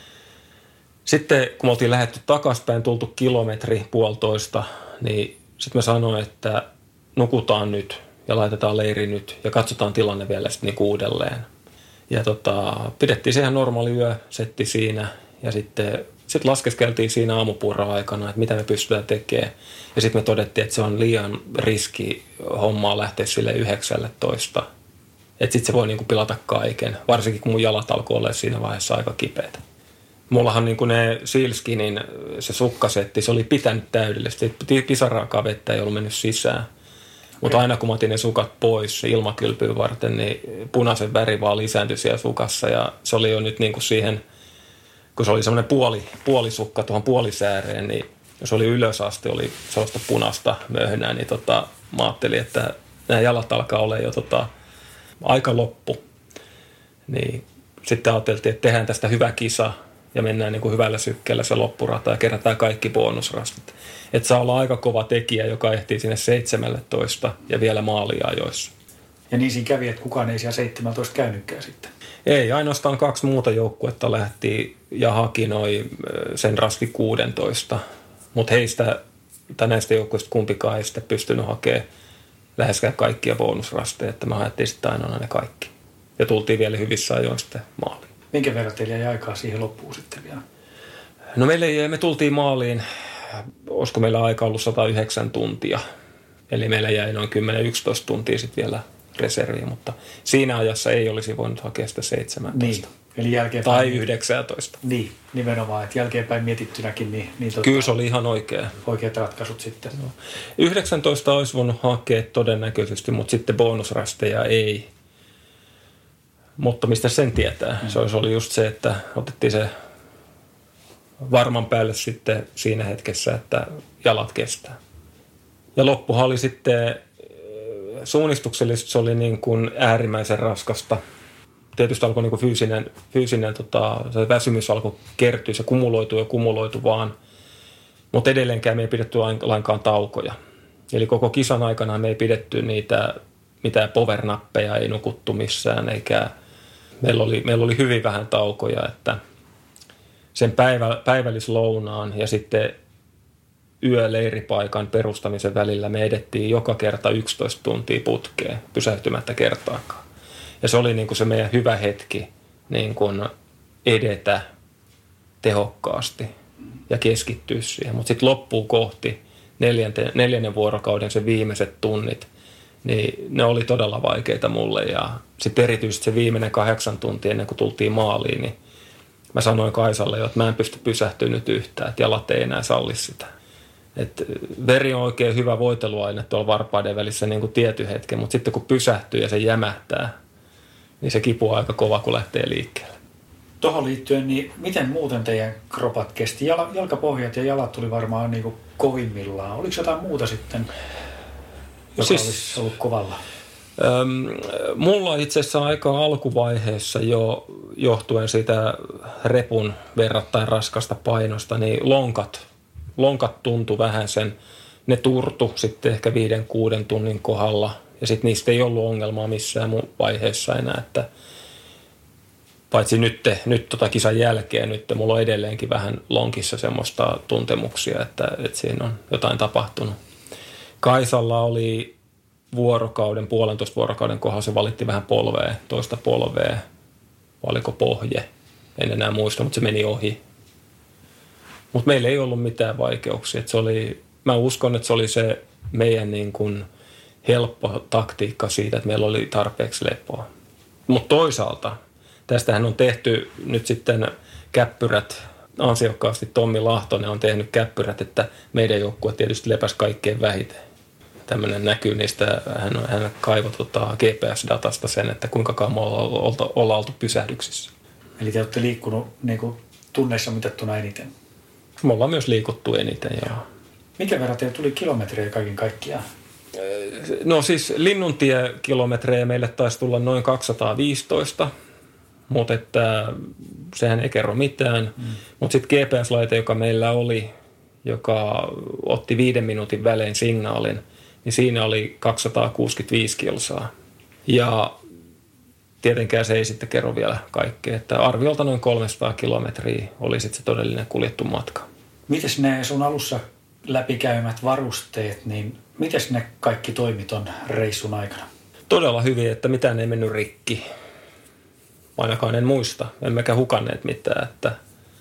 Sitten kun me oltiin lähdetty takaspäin, tultu kilometri puolitoista, niin sitten mä sanoin, että nukutaan nyt ja laitetaan leiri nyt ja katsotaan tilanne vielä sitten niin uudelleen. Ja tota, pidettiin se ihan normaali yösetti siinä ja sitten sit laskeskeltiin siinä aamupuuran aikana, että mitä me pystytään tekemään. Ja sitten me todettiin, että se on liian riski hommaa lähteä sille yhdeksäntoista. Että sitten se voi niinku pilata kaiken, varsinkin kun mun jalat alkoi olla siinä vaiheessa aika kipeitä. Mullahan niinku ne Sealskinin se sukkasetti, se oli pitänyt täydellisesti. Pisaraakaan vettä ei ollut mennyt sisään. Mutta aina kun mä otin ne sukat pois ilmakylpyyn varten, niin punaisen väri vaan lisääntyi siellä sukassa. Ja se oli jo nyt niin kuin siihen, kun se oli semmoinen puoli, puolisukka tuohon puolisääreen, niin jos oli ylös asti, oli sellaista punaista möhnää, niin tota, mä ajattelin, että nämä jalat alkaa olla jo tota, aika loppu. Niin sitten ajateltiin, että tehdään tästä hyvä kisa ja mennään niin kuin hyvällä sykkeellä se loppurata ja kerätään kaikki bonusrastit. Että saa olla aika kova tekijä, joka ehtii sinne seitsemäntoista ja vielä maaliajoissa. Ja niin siinä kävi, että kukaan ei siellä seitsemäntoista käynytkään sitten. Ei, ainoastaan kaksi muuta joukkuetta lähti ja haki noi sen rasti kuusitoista. Mutta heistä, tai näistä joukkueista kumpikaan ei sitten pystynyt hakemaan läheskään kaikkia bonusrasteja, että me haettiin sitten aina ne kaikki. Ja tultiin vielä hyvissä ajoin sitten maaliin. Minkä verran teillä jäi aikaa siihen loppuun sitten vielä? No meille, me tultiin maaliin, olisiko meillä aika ollut sata yhdeksän tuntia. Eli meillä jäi noin kymmenen yksitoista tuntia sitten vielä reserviin, mutta siinä ajassa ei olisi voinut hakea sitä seitsemäntoista. Niin. Eli jälkeenpäin, tai yhdeksäntoista. Niin, nimenomaan, että jälkeenpäin mietittynäkin. Niin, niin tota, kyllä se oli ihan oikea. Oikeat ratkaisut sitten. No. yhdeksäntoista olisi voinut hakea todennäköisesti, mutta sitten bonusrasteja ei. Mutta mistä sen tietää? Mm. Se olisi oli just se, että otettiin se varman päälle sitten siinä hetkessä, että jalat kestää. Ja loppuhan oli sitten, suunnistuksellisesti se oli niin kuin äärimmäisen raskasta. Tietysti alkoi niin kuin fyysinen, fyysinen tota, se väsymys alkoi kertyä, se kumuloitu ja kumuloitu vaan. Mutta edelleenkään me ei pidetty lainkaan taukoja. Eli koko kisan aikana me ei pidetty niitä mitään powernappeja, ei nukuttu missään, eikä meillä oli, meillä oli hyvin vähän taukoja, että sen päivä, päivällislounaan ja sitten yöleiripaikan perustamisen välillä me edettiin joka kerta yksitoista tuntia putkeen, pysähtymättä kertaakaan. Ja se oli niin kuin se meidän hyvä hetki niin kuin edetä tehokkaasti ja keskittyä siihen. Mutta sitten loppuu kohti neljänten, neljännen vuorokauden se viimeiset tunnit, niin ne oli todella vaikeita mulle. Ja sitten erityisesti se viimeinen kahdeksan tuntia ennen kuin tultiin maaliin, niin mä sanoin Kaisalle jo, että mä en pysty pysähtyä nyt yhtään, että jalat ei enää salli sitä. Et veri on oikein hyvä voiteluaine tuolla varpaiden välissä niin kuin tietyn hetken, mutta sitten kun pysähtyy ja se jämähtää, niin se kipu on aika kova, kun lähtee liikkeelle. Tuohon liittyen, niin miten muuten teidän kropat kesti? Jal- jalkapohjat ja jalat tuli varmaan niin kuin kovimmillaan. Oliko jotain muuta sitten, joka siis, olisi ollut kovalla? Äm, mulla itse asiassa aika alkuvaiheessa jo johtuen siitä repun verrattain raskasta painosta, niin lonkat, lonkat tuntui vähän sen, ne turtu sitten ehkä viiden, kuuden tunnin kohdalla. Ja sitten niistä ei ollut ongelmaa missään mun vaiheessa enää, että paitsi nyt, nyt tota kisan jälkeen, nyt mulla on edelleenkin vähän lonkissa semmoista tuntemuksia, että, että siinä on jotain tapahtunut. Kaisalla oli vuorokauden, puolentoista vuorokauden kohdalla se valitti vähän polvea, toista polvea, oliko pohje, en enää muista, mutta se meni ohi. Mutta meillä ei ollut mitään vaikeuksia. Että se oli, mä uskon, että se oli se meidän niin kuin helppo taktiikka siitä, että meillä oli tarpeeksi lepoa. Mutta toisaalta, tästähän on tehty nyt sitten käppyrät, ansiokkaasti Tommi Lahtonen on tehnyt käppyrät, että meidän joukkue tietysti lepäsi kaikkein vähiten. Tämmöinen näkyy niistä, hän, hän kaivoi tota G P S-datasta sen, että kuinka kauan me ollaan olla oltu pysähdyksissä. Eli te olette liikkunut niin kuin tunneissa mitattuna eniten? Me ollaan myös liikuttu eniten, joo. Mikä verran teille tuli kilometrejä kaiken kaikkiaan? No siis Linnuntie-kilometrejä meille taisi tulla noin kaksisataaviisitoista, mutta että sehän ei kerro mitään. Mm. Mutta sitten G P S-laite, joka meillä oli, joka otti viiden minuutin välein signaalin, niin siinä oli kaksisataakuusikymmentäviisi kilsaa. Ja tietenkään se ei sitten kerro vielä kaikkea, että arviolta noin kolmesataa kilometriä oli sitten se todellinen kuljettu matka. Mites ne sun alussa läpikäymät varusteet, niin mites ne kaikki toimi ton reissun aikana? Todella hyvin, että mitään ei mennyt rikki. Ainakaan en muista, emmekä hukanneet mitään, että,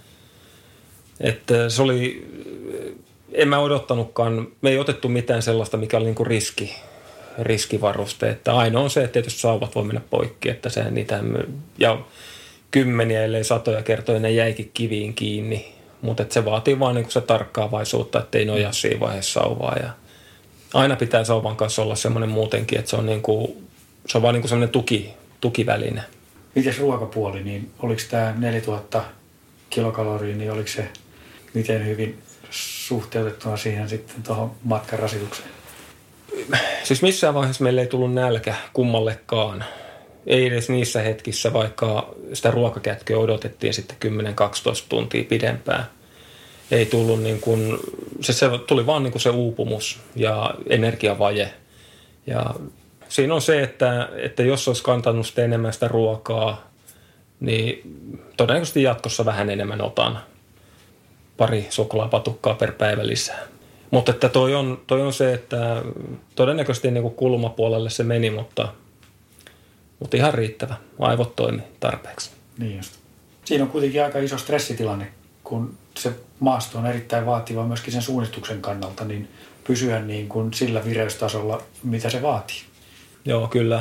että se oli, en mä odottanutkaan, me ei otettu mitään sellaista, mikä oli niin kuin riski, riskivaruste, että ainoa on se, että tietysti sauvat voi mennä poikki, että sehän niitä, ja kymmeniä, ellei satoja kertoja ne jäikin kiviin kiinni, mutta se vaatii vaan niin kuin se tarkkaavaisuutta, ettei nojaa siinä vaiheessa sauvaa, ja Aina pitää sauvan kanssa olla semmoinen muutenkin, että se on, niin kuin, se on vaan niin kuin semmoinen tuki, tukiväline. Mites ruokapuoli, niin oliko tämä neljätuhatta kilokaloria, niin oliko se miten hyvin suhteutettuna siihen sitten tuohon matkan rasitukseen? Siis missään vaiheessa meille ei tullut nälkä kummallekaan. Ei edes niissä hetkissä, vaikka sitä ruokakätköä odotettiin sitten kymmenen kaksitoista tuntia pidempään. Ei tullut niin kuin, se, se tuli vaan niin kuin se uupumus ja energiavaje. Ja siinä on se, että, että jos olisi kantanut sitä enemmän sitä ruokaa, niin todennäköisesti jatkossa vähän enemmän otan pari suklaapatukkaa per päivä lisää. Mutta että toi on, toi on se, että todennäköisesti niin kuin kulmapuolelle se meni, mutta, mutta ihan riittävä. Aivot toimi tarpeeksi. Niin just. Siinä on kuitenkin aika iso stressitilanne, kun se maasto on erittäin vaativa myöskin sen suunnistuksen kannalta, niin pysyä niin kuin sillä vireystasolla, mitä se vaatii. Joo, kyllä.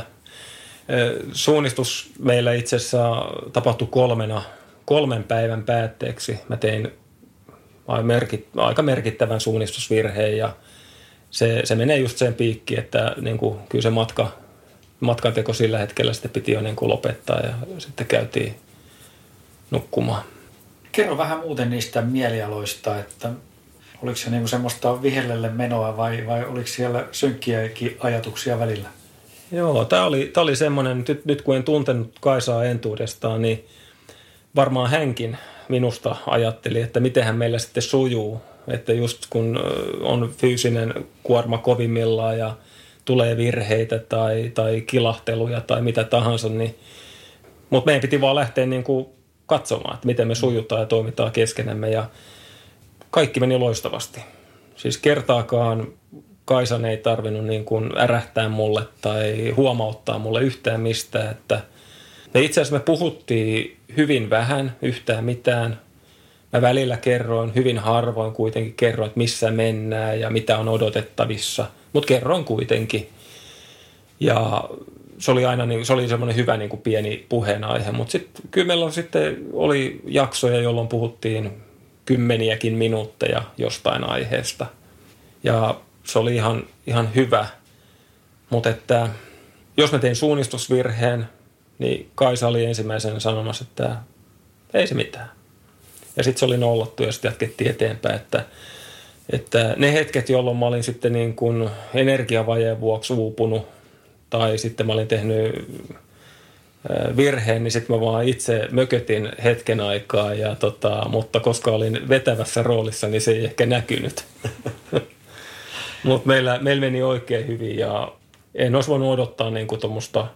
Suunnistus meillä itse asiassa tapahtui kolmena, kolmen päivän päätteeksi. Mä tein aika merkittävän suunnistusvirheen ja se, se menee just sen piikkiin, että niin kuin, kyllä se matka, matkanteko sillä hetkellä sitten piti jo niin kuin lopettaa ja sitten käytiin nukkumaan. Kerro vähän muuten niistä mielialoista, että oliko se niinku semmoista vihellelle menoa vai, vai oliko siellä synkkiäkin ajatuksia välillä? Joo, tämä oli, oli semmoinen, nyt, nyt kun en tuntenut Kaisaa entuudestaan, niin varmaan hänkin minusta ajatteli, että mitenhän meillä sitten sujuu. Että just kun on fyysinen kuorma kovimmillaan ja tulee virheitä tai, tai kilahteluja tai mitä tahansa, niin mutta meidän piti vaan lähteä niin kuin katsomaan, että miten me sujutaan ja toimitaan keskenämme ja kaikki meni loistavasti. Siis kertaakaan Kaisan ei tarvinnut niin kuin ärähtää mulle tai huomauttaa mulle yhtään mistään. Että me itse asiassa me puhuttiin hyvin vähän, yhtään mitään. Mä välillä kerroin, hyvin harvoin kuitenkin kerroin, että missä mennään ja mitä on odotettavissa. Mutta kerroin kuitenkin. Ja se oli aina niin, se oli semmoinen hyvä niin kuin pieni puheenaihe. Mutta sitten kyllä meillä on sitten oli jaksoja, jolloin puhuttiin kymmeniäkin minuutteja jostain aiheesta. Ja se oli ihan, ihan hyvä. Mutta että jos mä tein suunnistusvirheen, niin Kaisa oli ensimmäisenä sanomassa, että ei se mitään. Ja sitten se oli nollattu ja sitten jatkettiin eteenpäin, että, että ne hetket, jolloin mä olin sitten niin kuin energiavajeen vuoksi uupunut tai sitten mä olin tehnyt virheen, niin sitten mä vaan itse mökötin hetken aikaa, ja tota, mutta koska olin vetävässä roolissa, niin se ei ehkä näkynyt. Mutta meillä, meillä meni oikein hyvin ja en olisi voinut odottaa niin kuin tuommoista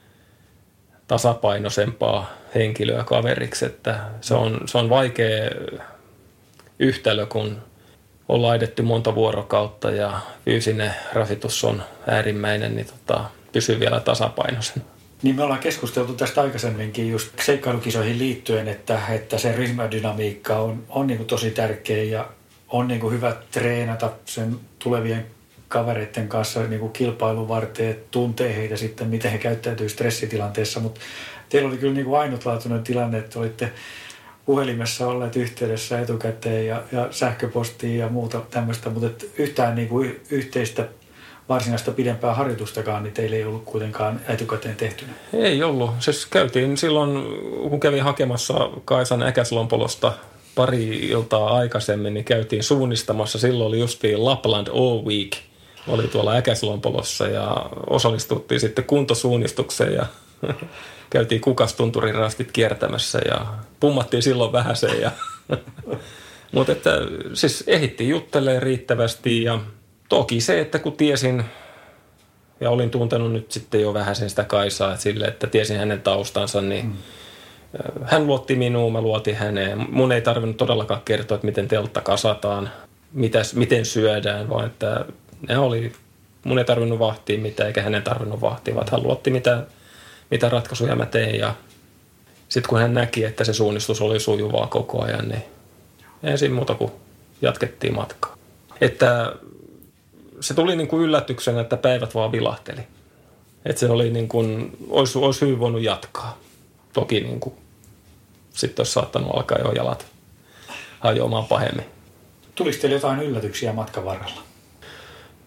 tasapainoisempaa henkilöä kaveriksi, että se on, se on vaikea yhtälö, kun ollaan edetty monta vuorokautta ja fyysinen rasitus on äärimmäinen, niin tota, pysyy vielä tasapainoisen. Niin me ollaan keskusteltu tästä aikaisemminkin just seikkailukisoihin liittyen, että, että se ryhmädynamiikka on, on niin kuin tosi tärkeä ja on niin kuin hyvä treenata sen tulevien kavereiden kanssa niin kuin kilpailun varten, tuntee heitä sitten, miten he käyttäytyy stressitilanteessa, mutta teillä oli kyllä niin kuin ainutlaatuinen tilanne, että olitte puhelimessa olleet yhteydessä etukäteen ja, ja sähköpostiin ja muuta tämmöistä, mutta yhtään niin kuin yhteistä varsinaista pidempää harjoitustakaan, niin teillä ei ollut kuitenkaan etukäteen tehtynä. Ei ollut. Siis käytiin silloin, kun kävin hakemassa Kaisan Äkäslompolosta pari iltaa aikaisemmin, niin käytiin suunnistamassa. Silloin oli justiin Lapland All Week. Oli tuolla Äkäslompolossa ja osallistuttiin sitten kuntosuunnistukseen ja käytiin Kukastunturin rastit kiertämässä ja pummattiin silloin vähäsen. Ja mutta että siis ehdittiin juttelemaan riittävästi ja toki se, että kun tiesin ja olin tuntenut nyt sitten jo vähän sen sitä Kaisaa, että sille, että tiesin hänen taustansa, niin mm. hän luotti minuun, mä luotin häneen. Mun ei tarvinnut todellakaan kertoa, että miten teltta kasataan, mitäs, miten syödään, vaan että ne oli, mun ei tarvinnut vahtia mitään, eikä hänen tarvinnut vahtia, vaan hän luotti mitä, mitä ratkaisuja mä tein. Ja sitten kun hän näki, että se suunnistus oli sujuvaa koko ajan, niin ei siinä muuta kuin jatkettiin matkaa. Että se tuli niin kuin yllätyksenä, että päivät vaan vilahteli. Että se oli niin kuin, olisi, olisi hyvin voinut jatkaa. Toki niin kuin, sitten olisi saattanut alkaa jo jalat hajoamaan pahemmin. Tuliko teille jotain yllätyksiä matkan varrella?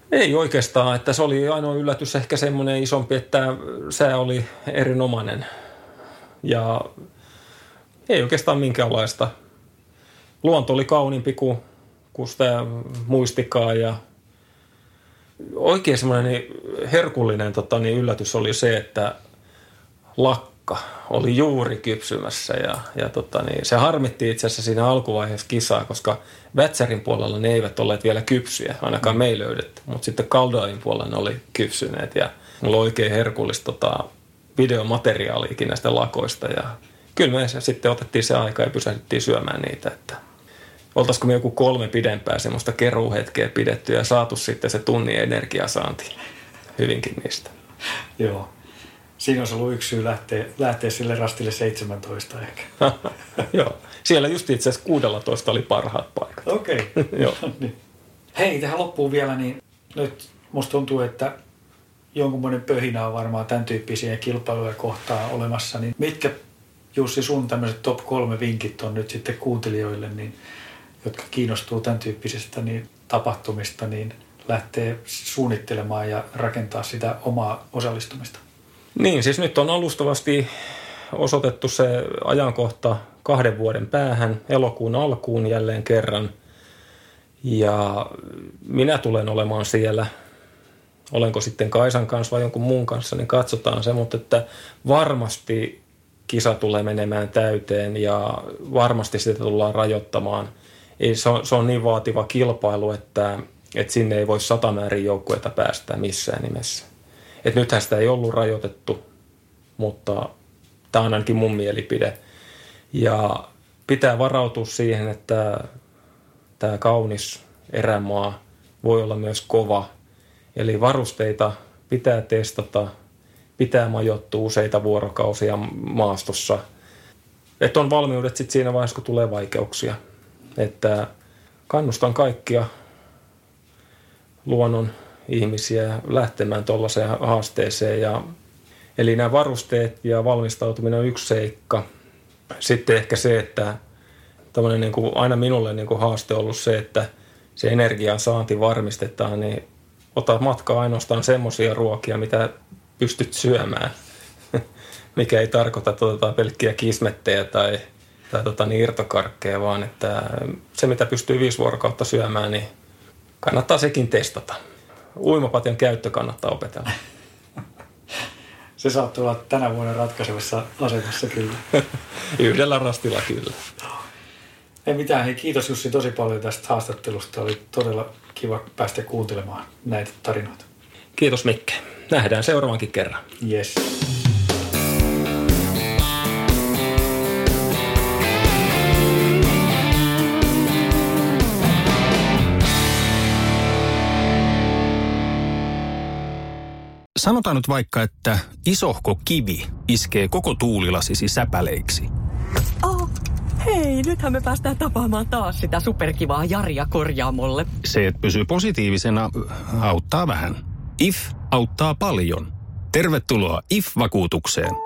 Ei oikeastaan, että se oli ainoa yllätys ehkä semmoinen isompi, että sää oli erinomainen ja ei oikeastaan minkäänlaista. Luonto oli kauniimpi kuin, kuin sitä muistikaan ja oikein semmoinen herkullinen tota, niin yllätys oli se, että lakka oli juuri kypsymässä ja, ja tota, niin, se harmitti itse asiassa siinä alkuvaiheessa kisaa, koska Vätsärin puolella ne eivät olleet vielä kypsyjä, ainakaan mm. me ei löydetty, mutta sitten Kaldain puolella ne oli kypsyneet ja mulla oli oikein herkullista tota, videomateriaaliikin näistä lakoista ja kyllä me sitten otettiin se aika ja pysähdyttiin syömään niitä, että oltaisiko me joku kolme pidempää semmoista keruuhetkeä pidetty ja saatu sitten se tunnin energiasaanti hyvinkin niistä. Joo. Siinä olisi ollut yksi syy lähteä, lähteä sille rastille seitsemäntoista ehkä. Joo. Siellä just itse asiassa kuusitoista oli parhaat paikat. Okei. Okay. Joo. Niin. Hei, tähän loppuun vielä, niin nyt musta tuntuu, että jonkunmoinen pöhinä on varmaan tämän tyyppisiä kilpailuja kohtaa olemassa. Niin mitkä, Jussi, sun tämmöiset top kolme vinkit on nyt sitten kuuntelijoille, niin, jotka kiinnostuu tämän tyyppisestä niin, tapahtumista, niin lähtee suunnittelemaan ja rakentaa sitä omaa osallistumista? Niin, siis nyt on alustavasti osoitettu se ajankohta kahden vuoden päähän, elokuun alkuun jälleen kerran. Ja minä tulen olemaan siellä, olenko sitten Kaisan kanssa vai jonkun muun kanssa, niin katsotaan se. Mutta että varmasti kisa tulee menemään täyteen ja varmasti sitä tullaan rajoittamaan. Ei, se, on, se on niin vaativa kilpailu, että, että sinne ei voi satamäärin joukkueita päästä missään nimessä. Et nythän sitä ei ollut rajoitettu, mutta tämä on ainakin mun mielipide. Ja pitää varautua siihen, että tämä kaunis erämaa voi olla myös kova. Eli varusteita pitää testata, pitää majoittua useita vuorokausia maastossa. Että on valmiudet sitten siinä vaiheessa, kun tulee vaikeuksia. Että kannustan kaikkia luonnon ihmisiä lähtemään tuollaiseen haasteeseen. Ja, eli nämä varusteet ja valmistautuminen on yksi seikka. Sitten ehkä se, että niin kuin aina minulle niin kuin haaste on ollut se, että se energian saanti varmistetaan, niin ota matkaa ainoastaan semmoisia ruokia, mitä pystyt syömään, mikä ei tarkoita tuota, pelkkiä kismettejä tai, tai tuota, niin irtokarkkeja, vaan että se, mitä pystyy viisi vuorokautta syömään, niin kannattaa sekin testata. Uimapatjan käyttö kannattaa opetella. Se saattaa olla tänä vuonna ratkaisevassa asemassa kyllä. Yhdellä rastilla kyllä. Ei mitään. Hei, kiitos Jussi tosi paljon tästä haastattelusta. Oli todella kiva päästä kuuntelemaan näitä tarinoita. Kiitos Mikke. Nähdään seuraavankin kerran. Yes. Sanotaan nyt vaikka, että isohko kivi iskee koko tuulilasisi säpäleiksi. Oh, hei, nythän me päästään tapaamaan taas sitä superkivaa Jaria korjaamolle. Se, että pysyy positiivisena, auttaa vähän. I F auttaa paljon. Tervetuloa I F-vakuutukseen.